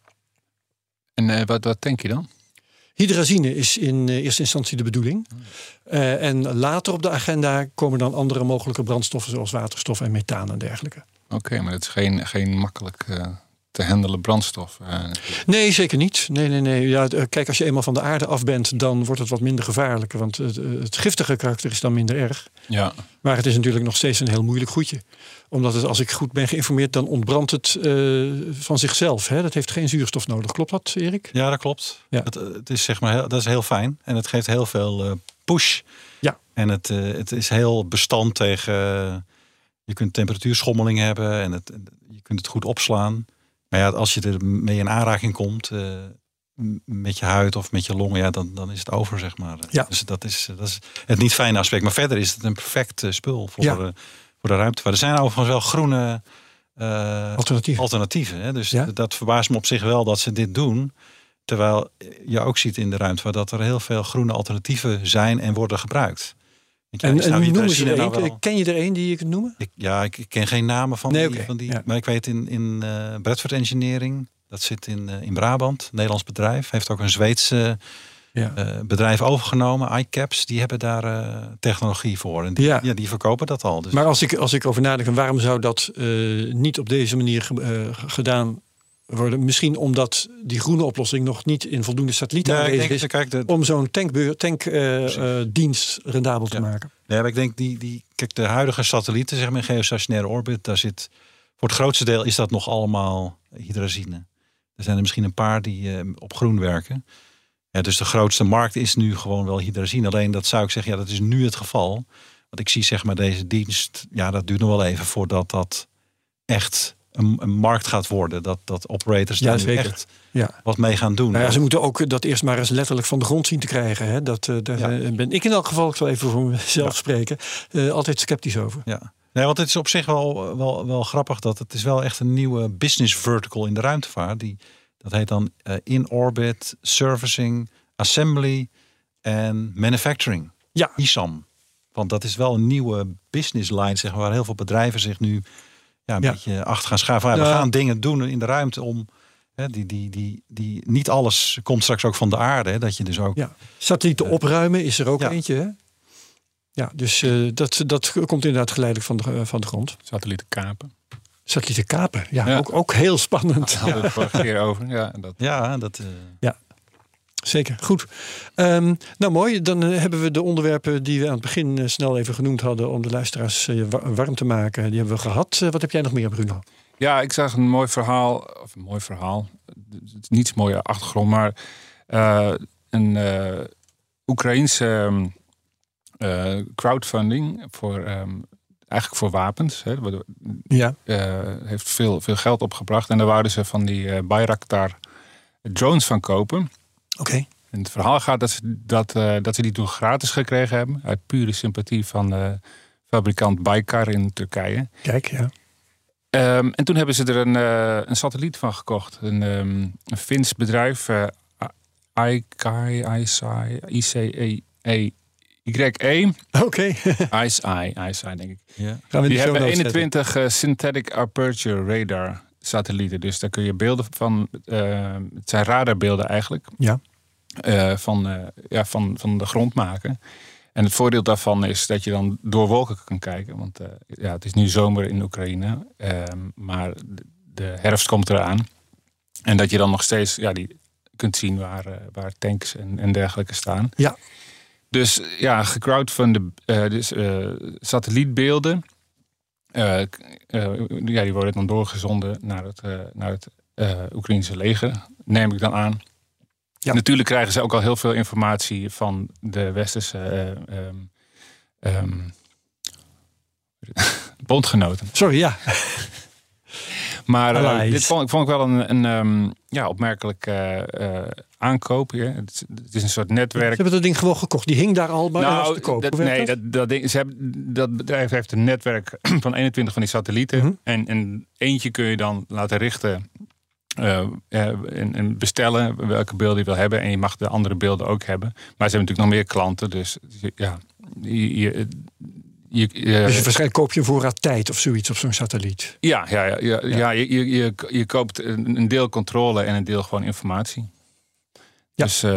En wat denk je dan? Hydrazine is in eerste instantie de bedoeling. En later op de agenda komen dan andere mogelijke brandstoffen zoals waterstof en methaan en dergelijke. Oké, maar het is geen makkelijk te handelen brandstof. Nee, zeker niet. Nee. Ja, kijk, als je eenmaal van de aarde af bent, dan wordt het wat minder gevaarlijk. Want het giftige karakter is dan minder erg. Ja. Maar het is natuurlijk nog steeds een heel moeilijk goedje. Omdat het, als ik goed ben geïnformeerd, dan ontbrandt het van zichzelf. Hè? Dat heeft geen zuurstof nodig. Klopt dat, Erik? Ja, dat klopt. Ja. Het is, zeg maar, dat is heel fijn. En het geeft heel veel push. Ja. En het is heel bestand tegen... je kunt temperatuurschommeling hebben. En je kunt het goed opslaan. Maar ja, als je er mee in aanraking komt... met je huid of met je longen, ja, dan is het over, zeg maar. Ja. Dus dat is het niet fijne aspect. Maar verder is het een perfect spul voor de ruimte. Er zijn overigens wel groene alternatieven. Hè? Dus dat verbaast me op zich wel dat ze dit doen. Terwijl je ook ziet in de ruimte dat er heel veel groene alternatieven zijn en worden gebruikt. En noemen ze er een? Ken je er een die je kunt noemen? Ik ken geen namen van die. Ja. Maar ik weet in Bradford Engineering, dat zit in Brabant, Nederlands bedrijf. Heeft ook een Zweedse bedrijf overgenomen, iCaps. Die hebben daar technologie voor. En die verkopen dat al. Dus. Maar als ik over nadenk, waarom zou dat niet op deze manier gedaan worden? Misschien omdat die groene oplossing nog niet in voldoende satellieten aanwezig is om zo'n tankdienst rendabel te maken. Ja, maar ik denk kijk, de huidige satellieten, zeg maar, in geostationaire orbit, daar zit voor het grootste deel is dat nog allemaal hydrazine. Er zijn er misschien een paar die op groen werken. Ja, dus de grootste markt is nu gewoon wel hydrazine. Alleen dat zou ik zeggen, dat is nu het geval. Want ik zie, zeg maar, deze dienst, dat duurt nog wel even voordat dat echt een markt gaat worden. Dat operators daar nu echt wat mee gaan doen. Nou ja, ze moeten ook dat eerst maar eens letterlijk van de grond zien te krijgen. Hè? Daar ben ik in elk geval, ik zal even voor mezelf spreken, altijd sceptisch over. Ja. Nee, want het is op zich wel grappig dat het is wel echt een nieuwe business vertical in de ruimtevaart. Dat heet dan in-orbit, servicing, assembly en manufacturing. Ja. ISAM. Want dat is wel een nieuwe business line, zeg maar, waar heel veel bedrijven zich nu een beetje achter gaan schaven. We gaan dingen doen in de ruimte om... Die niet alles komt straks ook van de aarde. Hè, dat je dus ook... Satellieten opruimen is er ook eentje, hè? Ja, dus dat komt inderdaad geleidelijk van de grond. Satellieten kapen. Satellieten kapen, ook heel spannend. Daar hadden we het vorige keer over. Ja, zeker. Goed. Nou mooi, dan hebben we de onderwerpen die we aan het begin snel even genoemd hadden om de luisteraars warm te maken. Die hebben we gehad. Wat heb jij nog meer, Bruno? Ja, ik zag een mooi verhaal. Het is niet zo'n mooie achtergrond, maar een Oekraïense crowdfunding eigenlijk voor wapens. Hè. Heeft veel geld opgebracht. En daar wouden ze van die Bayraktar drones van kopen. Oké. En het verhaal gaat dat ze die toen gratis gekregen hebben. Uit pure sympathie van de fabrikant Baykar in Turkije. Kijk, ja. En toen hebben ze er een satelliet van gekocht. Een Fins bedrijf. ICE. Oké. ICE, denk ik. Ja. Gaan we Die show hebben notes 21 synthetic aperture radar satellieten. Dus daar kun je beelden van... het zijn radarbeelden eigenlijk. Ja. Van de grond maken. En het voordeel daarvan is dat je dan door wolken kan kijken. Want het is nu zomer in Oekraïne. Maar de herfst komt eraan. En dat je dan nog steeds die kunt zien waar tanks en dergelijke staan. Ja. Dus gecrowdfunde satellietbeelden. Die worden dan doorgezonden naar het Oekraïnse leger. Neem ik dan aan. Ja. Natuurlijk krijgen ze ook al heel veel informatie van de westerse bondgenoten. Sorry, ja. Maar dit vond ik wel een opmerkelijk aankoop. Ja. Het is een soort netwerk. Ze hebben dat ding gewoon gekocht. Die hing daar al, maar was te koop. Dat bedrijf heeft een netwerk van 21 van die satellieten. Mm-hmm. En eentje kun je dan laten richten en bestellen welke beelden je wil hebben. En je mag de andere beelden ook hebben. Maar ze hebben natuurlijk nog meer klanten. Dus ja, dus waarschijnlijk koop je een voorraad tijd of zoiets op zo'n satelliet. Ja, je koopt een deel controle en een deel gewoon informatie. Ja. Dus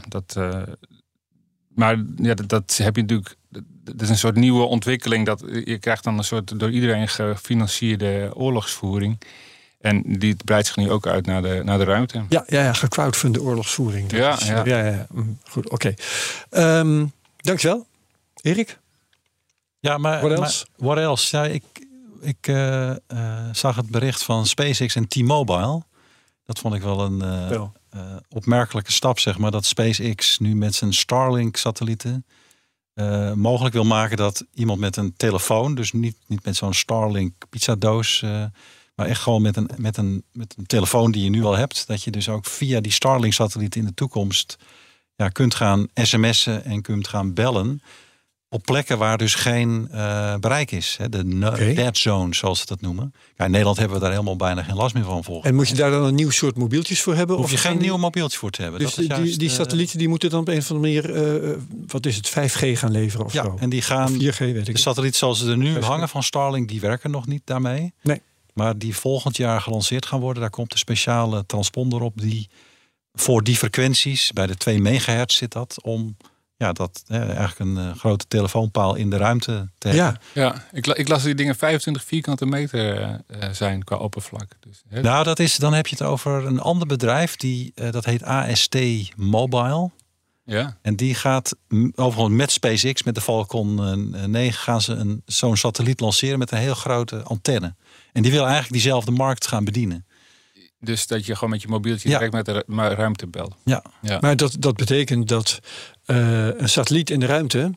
dat heb je natuurlijk. Dat is een soort nieuwe ontwikkeling. Dat je krijgt dan een soort door iedereen gefinancierde oorlogsvoering. En die breidt zich nu ook uit naar de ruimte. Ja, gecrowdfunde oorlogsvoering. Ja. Goed, oké. Dankjewel, Erik. Ja, maar what else? Ja, ik zag het bericht van SpaceX en T-Mobile. Dat vond ik wel een opmerkelijke stap, zeg maar. Dat SpaceX nu met zijn Starlink-satellieten mogelijk wil maken dat iemand met een telefoon, dus niet met zo'n Starlink pizzadoos, maar echt gewoon met een telefoon die je nu al hebt, dat je dus ook via die Starlink-satellieten in de toekomst kunt gaan sms'en en kunt gaan bellen op plekken waar dus geen bereik is. Hè? De dead zone, zoals ze dat noemen. Ja, in Nederland hebben we daar helemaal bijna geen last meer van volgens. En moet je daar dan een nieuw soort mobieltjes voor hebben? Hoef je geen nieuw mobieltje voor te hebben. Dus dat is juist, die satellieten die moeten dan op een of andere manier, wat is het, 5G gaan leveren of zo? En die gaan, 4G weet ik. De satellieten zoals ze er nu 5G. hangen van Starlink, die werken nog niet daarmee. Nee. Maar die volgend jaar gelanceerd gaan worden, daar komt een speciale transponder op die voor die frequenties, bij de 2 megahertz zit dat, om eigenlijk een grote telefoonpaal in de ruimte te hebben. Ja, ik las die dingen 25 vierkante meter zijn qua oppervlak. Dus, dan heb je het over een ander bedrijf, dat heet AST Mobile. Ja. En die gaat overigens met SpaceX, met de Falcon 9, gaan ze zo'n satelliet lanceren met een heel grote antenne. En die wil eigenlijk diezelfde markt gaan bedienen. Dus dat je gewoon met je mobieltje direct met de ruimte belt. Ja. Maar dat betekent dat een satelliet in de ruimte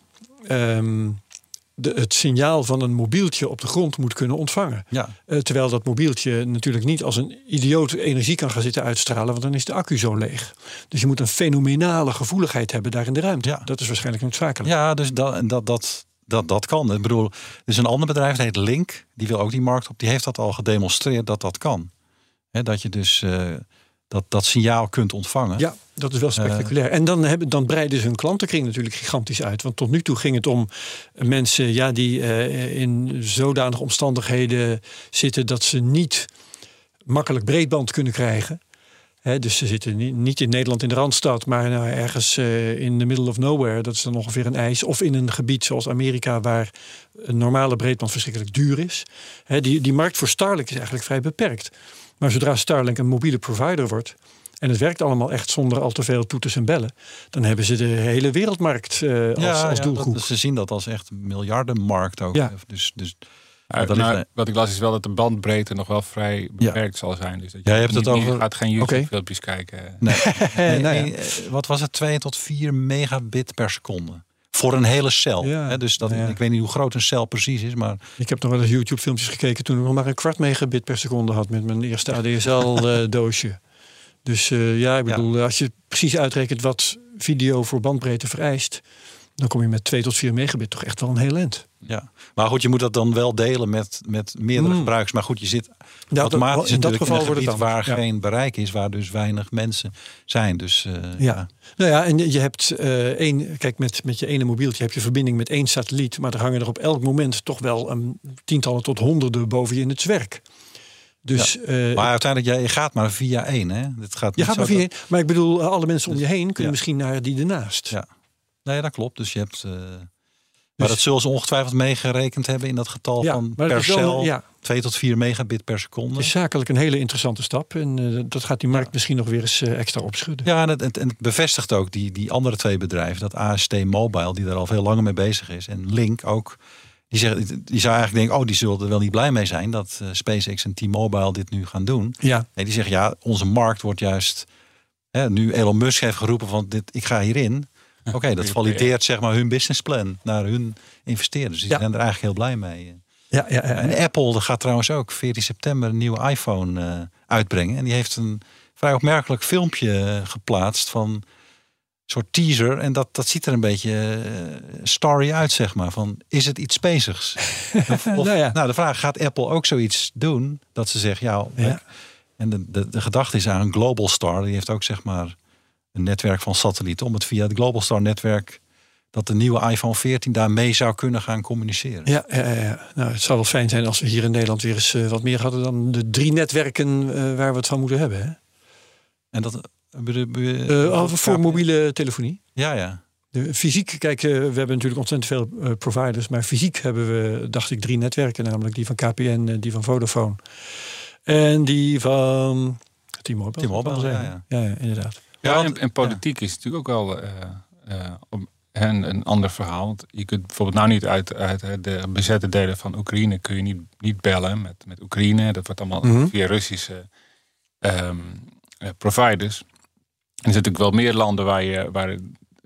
het signaal van een mobieltje op de grond moet kunnen ontvangen. Ja. Terwijl dat mobieltje natuurlijk niet als een idioot energie kan gaan zitten uitstralen, want dan is de accu zo leeg. Dus je moet een fenomenale gevoeligheid hebben daar in de ruimte. Ja. Dat is waarschijnlijk noodzakelijk. Ja, dus dat kan. Ik bedoel, er is een ander bedrijf, dat heet Link. Die wil ook die markt op. Die heeft dat al gedemonstreerd dat kan. Dat je dus dat signaal kunt ontvangen. Ja, dat is wel spectaculair. En dan breiden ze hun klantenkring natuurlijk gigantisch uit. Want tot nu toe ging het om mensen die in zodanige omstandigheden zitten dat ze niet makkelijk breedband kunnen krijgen. Dus ze zitten niet in Nederland in de Randstad, maar ergens in the middle of nowhere. Dat is dan ongeveer een ijs. Of in een gebied zoals Amerika, waar een normale breedband verschrikkelijk duur is. Die markt voor Starlink is eigenlijk vrij beperkt. Maar zodra Starlink een mobiele provider wordt en het werkt allemaal echt zonder al te veel toeters en bellen, dan hebben ze de hele wereldmarkt als doelgroep. Ze zien dat als echt miljardenmarkt ook. Ja. Dus Wat ik las is wel dat de bandbreedte nog wel vrij beperkt zal zijn. Dus dat je hebt het over... gaat geen YouTube-filmpjes kijken. Nee. Wat was het? 2 tot 4 megabit per seconde. Voor een hele cel. Ja. Dus ik weet niet hoe groot een cel precies is. Maar... Ik heb nog wel eens YouTube-filmpjes gekeken toen ik nog maar 1/4 megabit per seconde had met mijn eerste ADSL-doosje. Dus ik bedoel, als je precies uitrekent wat video voor bandbreedte vereist, dan kom je met 2 tot 4 megabit toch echt wel een heel eind. Ja, maar goed, je moet dat dan wel delen met meerdere gebruikers. Maar goed, je zit automatisch in dat geval in een gebied waar geen bereik is, waar dus weinig mensen zijn. Dus Nou ja, en je hebt met je ene mobieltje heb je verbinding met 1 satelliet, maar er hangen er op elk moment toch wel een tientallen tot honderden boven je in het zwerk. Dus, maar uiteindelijk, je gaat maar via 1, hè? Je gaat maar via 1, maar ik bedoel, alle mensen om je heen kunnen misschien naar die ernaast. Ja, nee, dat klopt. Dus je hebt... Maar dat zullen ze ongetwijfeld meegerekend hebben in dat getal van per cel 2 tot 4 megabit per seconde. Het is zakelijk een hele interessante stap. En dat gaat die markt misschien nog weer eens extra opschudden. Ja, en het bevestigt ook die andere 2 bedrijven. Dat AST Mobile, die daar al veel langer mee bezig is. En Link ook. Die zou eigenlijk denken, die zullen er wel niet blij mee zijn dat SpaceX en T-Mobile dit nu gaan doen. Ja. Nee, die zeggen, onze markt wordt juist... nu Elon Musk heeft geroepen van ik ga hierin... Oké, dat valideert zeg maar hun businessplan naar hun investeerders. Die zijn er eigenlijk heel blij mee. En Apple gaat trouwens ook 14 september een nieuwe iPhone uitbrengen. En die heeft een vrij opmerkelijk filmpje geplaatst van een soort teaser. En dat ziet er een beetje starry uit, zeg maar. Van, is het iets spacigs? De vraag, gaat Apple ook zoiets doen? Dat ze zegt, en de gedachte is aan een Global Star. Die heeft ook zeg maar... een netwerk van satellieten, om het via het Globalstar-netwerk... dat de nieuwe iPhone 14 daarmee zou kunnen gaan communiceren. Ja. Nou, het zou wel fijn zijn als we hier in Nederland weer eens wat meer hadden... dan de 3 netwerken waar we het van moeten hebben. Hè? En dat... voor mobiele telefonie. Ja. Fysiek, kijk, we hebben natuurlijk ontzettend veel providers... maar fysiek hebben we, dacht ik, 3 netwerken. Namelijk die van KPN, die van Vodafone... en die van T-Mobile. Ja, inderdaad. Ja, en politiek is natuurlijk ook wel een ander verhaal. Want je kunt bijvoorbeeld nou niet uit de bezette delen van Oekraïne... kun je niet bellen met Oekraïne. Dat wordt allemaal via Russische providers. En er zijn natuurlijk wel meer landen waar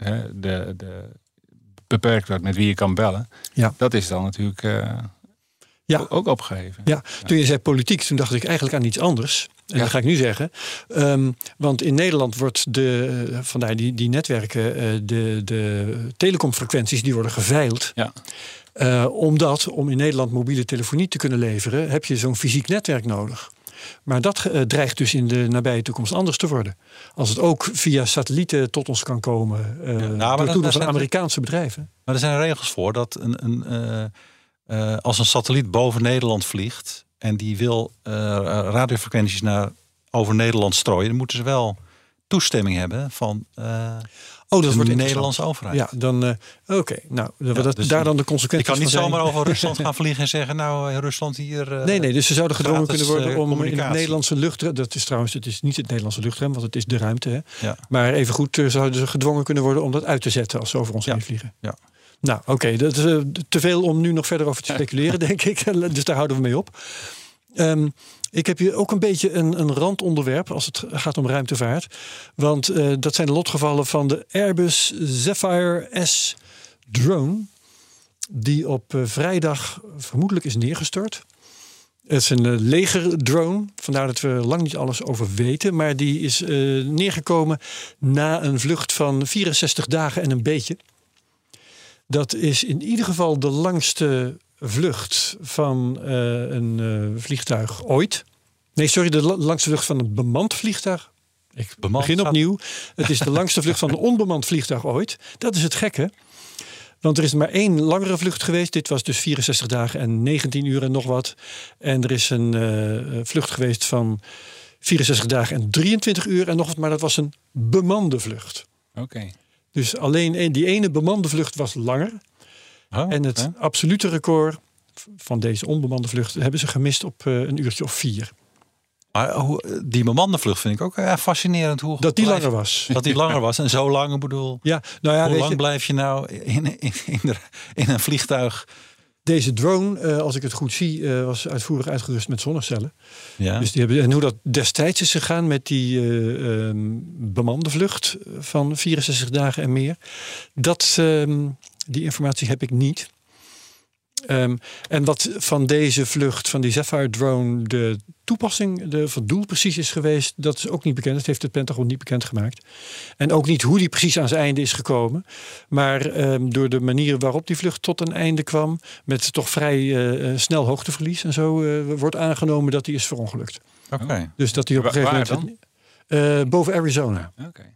de beperkt wordt met wie je kan bellen. Ja. Dat is dan natuurlijk ook opgeheven. Ja, toen je zei politiek, toen dacht ik eigenlijk aan iets anders... En dat ga ik nu zeggen. Want in Nederland wordt vandaar die netwerken, de telecomfrequenties, die worden geveild. Ja. Om in Nederland mobiele telefonie te kunnen leveren, heb je zo'n fysiek netwerk nodig. Maar dat dreigt dus in de nabije toekomst anders te worden. Als het ook via satellieten tot ons kan komen, door toedoen van Amerikaanse bedrijven. Maar er zijn regels voor dat als een satelliet boven Nederland vliegt... en die wil radiofrequenties over Nederland strooien... dan moeten ze wel toestemming hebben van dat wordt de Nederlandse overheid. Ja, dan oké. Nou, dus daar dan de consequenties van. Je kan niet zomaar over Rusland gaan vliegen en zeggen... nou, Rusland hier... Nee, dus ze zouden gedwongen kunnen worden om in het Nederlandse luchtruim... Dat is trouwens, het is niet het Nederlandse luchtruim, want het is de ruimte. Hè? Ja. Maar evengoed zouden ze gedwongen kunnen worden om dat uit te zetten... als ze over ons heen vliegen. Ja. Nou, oké, dat is te veel om nu nog verder over te speculeren, denk ik. Dus daar houden we mee op. Ik heb hier ook een beetje een randonderwerp als het gaat om ruimtevaart. Want dat zijn de lotgevallen van de Airbus Zephyr S drone... die op vrijdag vermoedelijk is neergestort. Het is een legerdrone, vandaar dat we lang niet alles over weten. Maar die is neergekomen na een vlucht van 64 dagen en een beetje... Dat is in ieder geval de langste vlucht van een vliegtuig ooit. Nee, sorry, de langste vlucht van een bemand vliegtuig. Ik begin opnieuw. Het is de langste vlucht van een onbemand vliegtuig ooit. Dat is het gekke. Want er is maar 1 langere vlucht geweest. Dit was dus 64 dagen en 19 uur en nog wat. En er is een vlucht geweest van 64 dagen en 23 uur en nog wat. Maar dat was een bemande vlucht. Oké. Dus alleen die ene bemande vlucht was langer. En het absolute record van deze onbemande vlucht hebben ze gemist op een uurtje of 4. Maar die bemande vlucht vind ik ook fascinerend. Dat die langer was. Dat die langer was. En zo lang, ik bedoel... Ja, nou ja, hoe lang blijf je nou in een vliegtuig Deze drone, als ik het goed zie, was uitvoerig uitgerust met zonnecellen. Ja. Dus en hoe dat destijds is gegaan met die bemande vlucht van 64 dagen en meer. Die informatie heb ik niet. En wat van deze vlucht, van die Zephyr drone, de toepassing, het doel precies is geweest, dat is ook niet bekend. Dat heeft het Pentagon niet bekendgemaakt. En ook niet hoe die precies aan zijn einde is gekomen. Maar door de manier waarop die vlucht tot een einde kwam, met toch vrij snel hoogteverlies en zo, wordt aangenomen dat die is verongelukt. Oké. Dus dat die op een gegeven moment boven Arizona. Oké.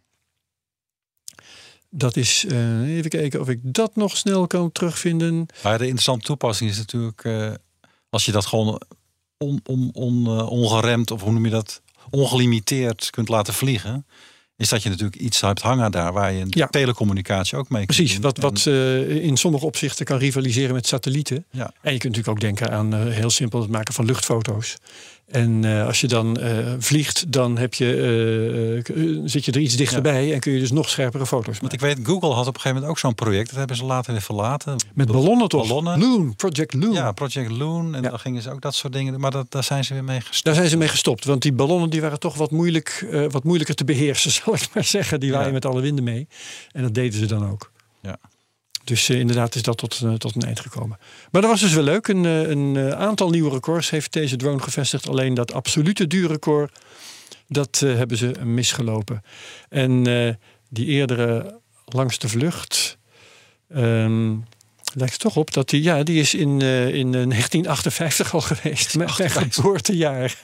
Dat is, even kijken of ik dat nog snel kan terugvinden. Maar de interessante toepassing is natuurlijk, als je dat gewoon ongeremd, of hoe noem je dat, ongelimiteerd kunt laten vliegen, is dat je natuurlijk iets hebt hangen daar waar je telecommunicatie ook mee kunt Precies, doen. wat in sommige opzichten kan rivaliseren met satellieten. Ja. En je kunt natuurlijk ook denken aan heel simpel het maken van luchtfoto's. En als je dan vliegt, dan zit je er iets dichterbij en kun je dus nog scherpere foto's maken. Want ik weet, Google had op een gegeven moment ook zo'n project. Dat hebben ze later weer verlaten. Met ballonnen toch? Ballonnen. Loon, Project Loon. Ja, Project Loon. En dan gingen ze ook dat soort dingen doen. Maar daar zijn ze weer mee gestopt. Daar zijn ze mee gestopt. Want die ballonnen die waren toch wat moeilijker te beheersen, zal ik maar zeggen. Die waaien met alle winden mee. En dat deden ze dan ook. Ja. Dus inderdaad is dat tot een eind gekomen. Maar dat was dus wel leuk. Een aantal nieuwe records heeft deze drone gevestigd. Alleen dat absolute duurrecord, dat hebben ze misgelopen. En die eerdere langste vlucht lijkt er toch op dat die is in 1958 al geweest. Mijn geboortejaar.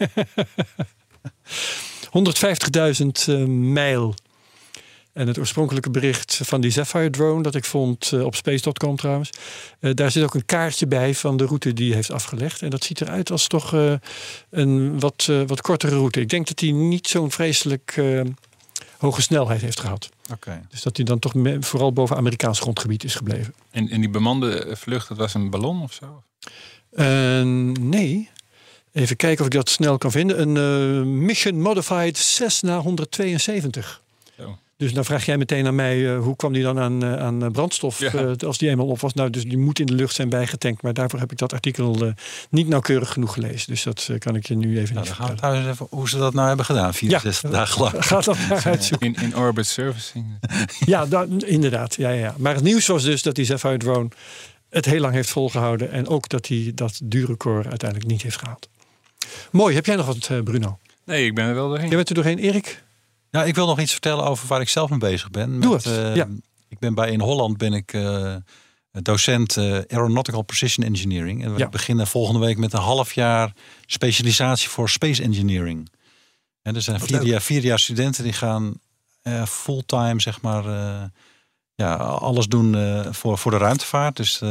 150.000 mijl. En het oorspronkelijke bericht van die Zephyr drone dat ik vond op space.com trouwens. Daar zit ook een kaartje bij van de route die hij heeft afgelegd. En dat ziet eruit als toch een wat kortere route. Ik denk dat hij niet zo'n vreselijk hoge snelheid heeft gehad. Okay. Dus dat hij dan toch vooral boven Amerikaans grondgebied is gebleven. En die bemande vlucht, dat was een ballon of zo? Nee. Even kijken of ik dat snel kan vinden. Een Mission Modified Cessna 172. Zo. Dus dan vraag jij meteen aan mij, hoe kwam die dan aan brandstof als die eenmaal op was? Nou, dus die moet in de lucht zijn bijgetankt. Maar daarvoor heb ik dat artikel niet nauwkeurig genoeg gelezen. Dus dat kan ik je nu even niet vertellen. Dan gaan we even hoe ze dat nou hebben gedaan, 64 dagen lang. Gaat dat maar uitzoeken. In orbit servicing. Ja, inderdaad. Ja. Maar het nieuws was dus dat die Zephyr drone het heel lang heeft volgehouden. En ook dat hij dat duurrecord uiteindelijk niet heeft gehaald. Mooi. Heb jij nog wat, Bruno? Nee, ik ben er wel doorheen. Jij bent er doorheen, Erik? Ja, ik wil nog iets vertellen over waar ik zelf mee bezig ben. Doe het. Ik ben in Holland docent Aeronautical Precision Engineering. En we beginnen volgende week met een half jaar specialisatie voor Space Engineering. En er zijn 4 jaar studenten die gaan fulltime, zeg maar, alles doen voor de ruimtevaart. Dus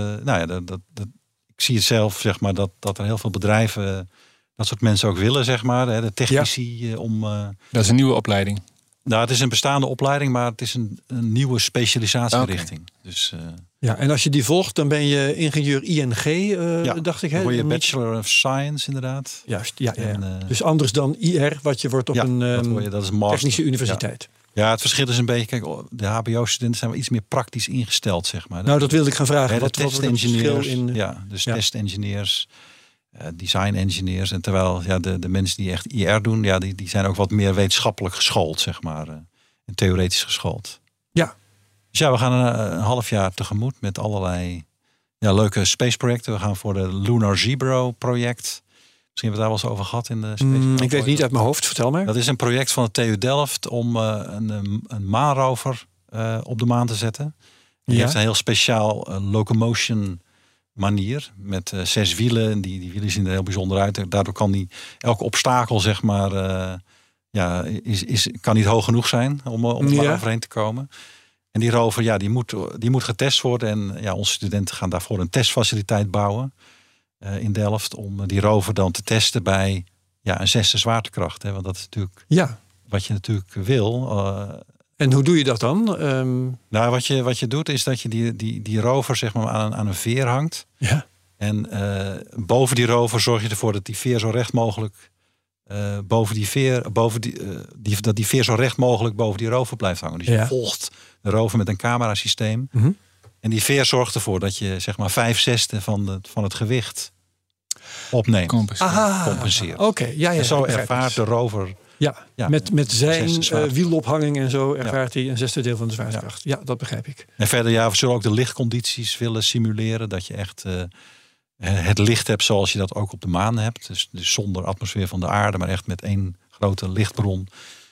ik zie het zelf, zeg maar, dat er heel veel bedrijven dat soort mensen ook willen, zeg maar. De technici Dat is een nieuwe opleiding. Nou, het is een bestaande opleiding, maar het is een nieuwe specialisatierichting. Okay. Dus, en als je die volgt, dan ben je ingenieur ING, dacht ik. Dan word je Bachelor of Science, inderdaad. Juist, dus anders dan IR, wat je wordt op een dat is master. Technische universiteit. Ja, het verschil is een beetje, kijk, de HBO-studenten zijn wel iets meer praktisch ingesteld, zeg maar. Nou, dat wilde ik gaan vragen. Wat wordt het verschil in? Testengineers, design engineers. En terwijl de mensen die echt IR doen, die zijn ook wat meer wetenschappelijk geschoold, zeg maar. En theoretisch geschoold. Ja. Dus we gaan een half jaar tegemoet met allerlei leuke space projecten. We gaan voor de Lunar Zebra project. Misschien hebben we daar wel eens over gehad in de Space. Ik weet niet uit mijn hoofd, vertel maar. Dat is een project van de TU Delft om een maanrover op de maan te zetten. Die heeft een heel speciaal locomotion manier met 6 wielen. Die wielen zien er heel bijzonder uit. Daardoor kan die elke obstakel, zeg maar, kan niet hoog genoeg zijn om er overheen te komen. En die rover, die moet getest worden. En onze studenten gaan daarvoor een testfaciliteit bouwen in Delft om die rover dan te testen bij een 6e zwaartekracht. Hè? Want dat is natuurlijk wat je natuurlijk wil. En hoe doe je dat dan? Nou, wat je doet is dat je die rover, zeg maar, aan een veer hangt. Ja. En boven die rover zorg je ervoor dat die veer zo recht mogelijk dat die veer zo recht mogelijk boven die rover blijft hangen. Dus je volgt de rover met een camerasysteem. En die veer zorgt ervoor dat je zeg maar 5/6 van het gewicht opneemt. Compenseert. Oké, ja, en zo begrijp ervaart de rover... Ja, Ja, met zijn zwaartekracht. wielophanging en zo ervaart hij een 6e deel van de zwaartekracht. Ja, dat begrijp ik. En verder we zullen ook de lichtcondities willen simuleren. Dat je echt het licht hebt zoals je dat ook op de maan hebt. Dus zonder atmosfeer van de aarde, maar echt met één grote lichtbron.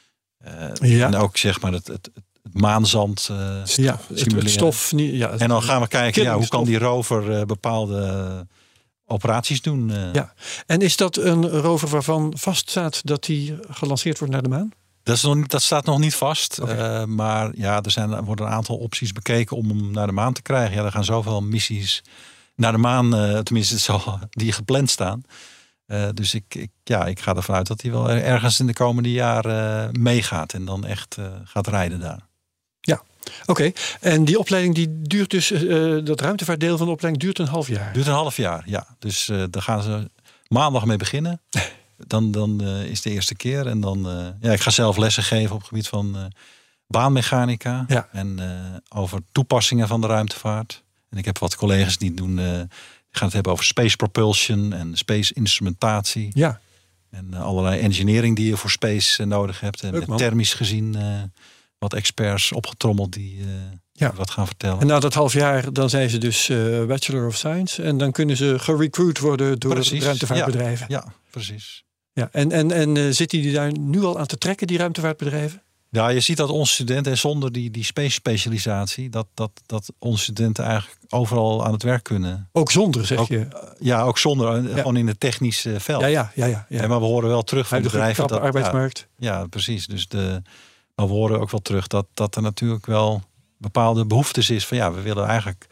En ook zeg maar het maanzand simuleren. Het stof. En dan gaan we kijken hoe kan die rover bepaalde operaties doen. Ja. En is dat een rover waarvan vaststaat dat die gelanceerd wordt naar de maan? Dat staat nog niet vast. Okay. Maar ja, er worden een aantal opties bekeken om hem naar de maan te krijgen. Ja, er gaan zoveel missies naar de maan, tenminste die gepland staan. Dus ik ga ervan uit dat hij wel ergens in de komende jaren meegaat. En dan echt gaat rijden daar. Ja, oké. En die opleiding die duurt dus, dat ruimtevaartdeel van de opleiding duurt een half jaar? Duurt een half jaar, ja. Dus daar gaan ze maandag mee beginnen. Dan is de eerste keer. En dan, ik ga zelf lessen geven op het gebied van baanmechanica. Ja. En over toepassingen van de ruimtevaart. En ik heb wat collega's die gaan het hebben over space propulsion en space instrumentatie. Ja. En allerlei engineering die je voor space nodig hebt. En met thermisch gezien wat experts opgetrommeld die wat gaan vertellen. En na dat half jaar dan zijn ze dus Bachelor of Science. En dan kunnen ze gerecruit worden door ruimtevaartbedrijven. Ja, precies. Ja, en zitten die daar nu al aan te trekken, die ruimtevaartbedrijven? Ja, je ziet dat onze studenten, zonder die space specialisatie, dat onze studenten eigenlijk overal aan het werk kunnen. Ook zonder, zeg je? Ja, ook zonder. Gewoon in het technische veld. Ja. En maar we horen wel terug van bedrijven dat arbeidsmarkt. Ja, precies. Dus maar we horen ook wel terug dat er natuurlijk wel bepaalde behoeftes is van we willen eigenlijk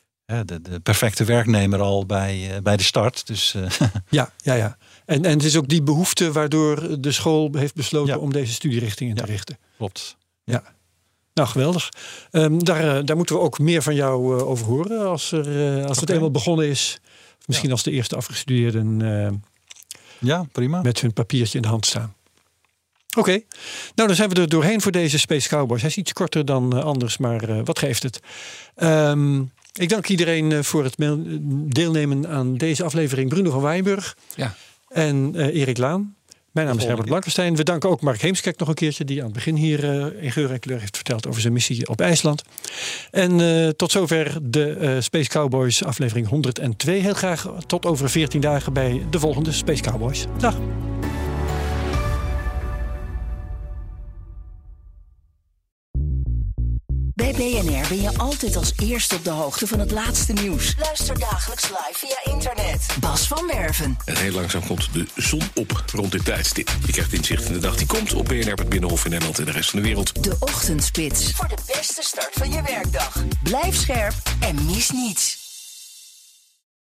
de perfecte werknemer al bij de start. Dus, Ja. En het is ook die behoefte waardoor de school heeft besloten om deze studierichting in te richten. Klopt. Ja. Nou, geweldig. Daar moeten we ook meer van jou over horen als het eenmaal begonnen is. Of misschien als de eerste afgestudeerden prima. Met hun papiertje in de hand staan. Oké. Nou, dan zijn we er doorheen voor deze Space Cowboys. Hij is iets korter dan anders, maar wat geeft het? Ik dank iedereen voor het deelnemen aan deze aflevering. Bruno van Wijnburg en Erik Laan. Mijn naam is Herbert Blankenstein. We danken ook Mark Heemskerk nog een keertje, die aan het begin hier in geur en kleur heeft verteld over zijn missie op IJsland. En tot zover de Space Cowboys aflevering 102. Heel graag tot over 14 dagen bij de volgende Space Cowboys. Dag. Bij BNR ben je altijd als eerste op de hoogte van het laatste nieuws. Luister dagelijks live via internet. Bas van Werven. En heel langzaam komt de zon op rond dit tijdstip. Je krijgt inzicht in de dag die komt op BNR, het Binnenhof in Nederland en de rest van de wereld. De Ochtendspits. Voor de beste start van je werkdag. Blijf scherp en mis niets.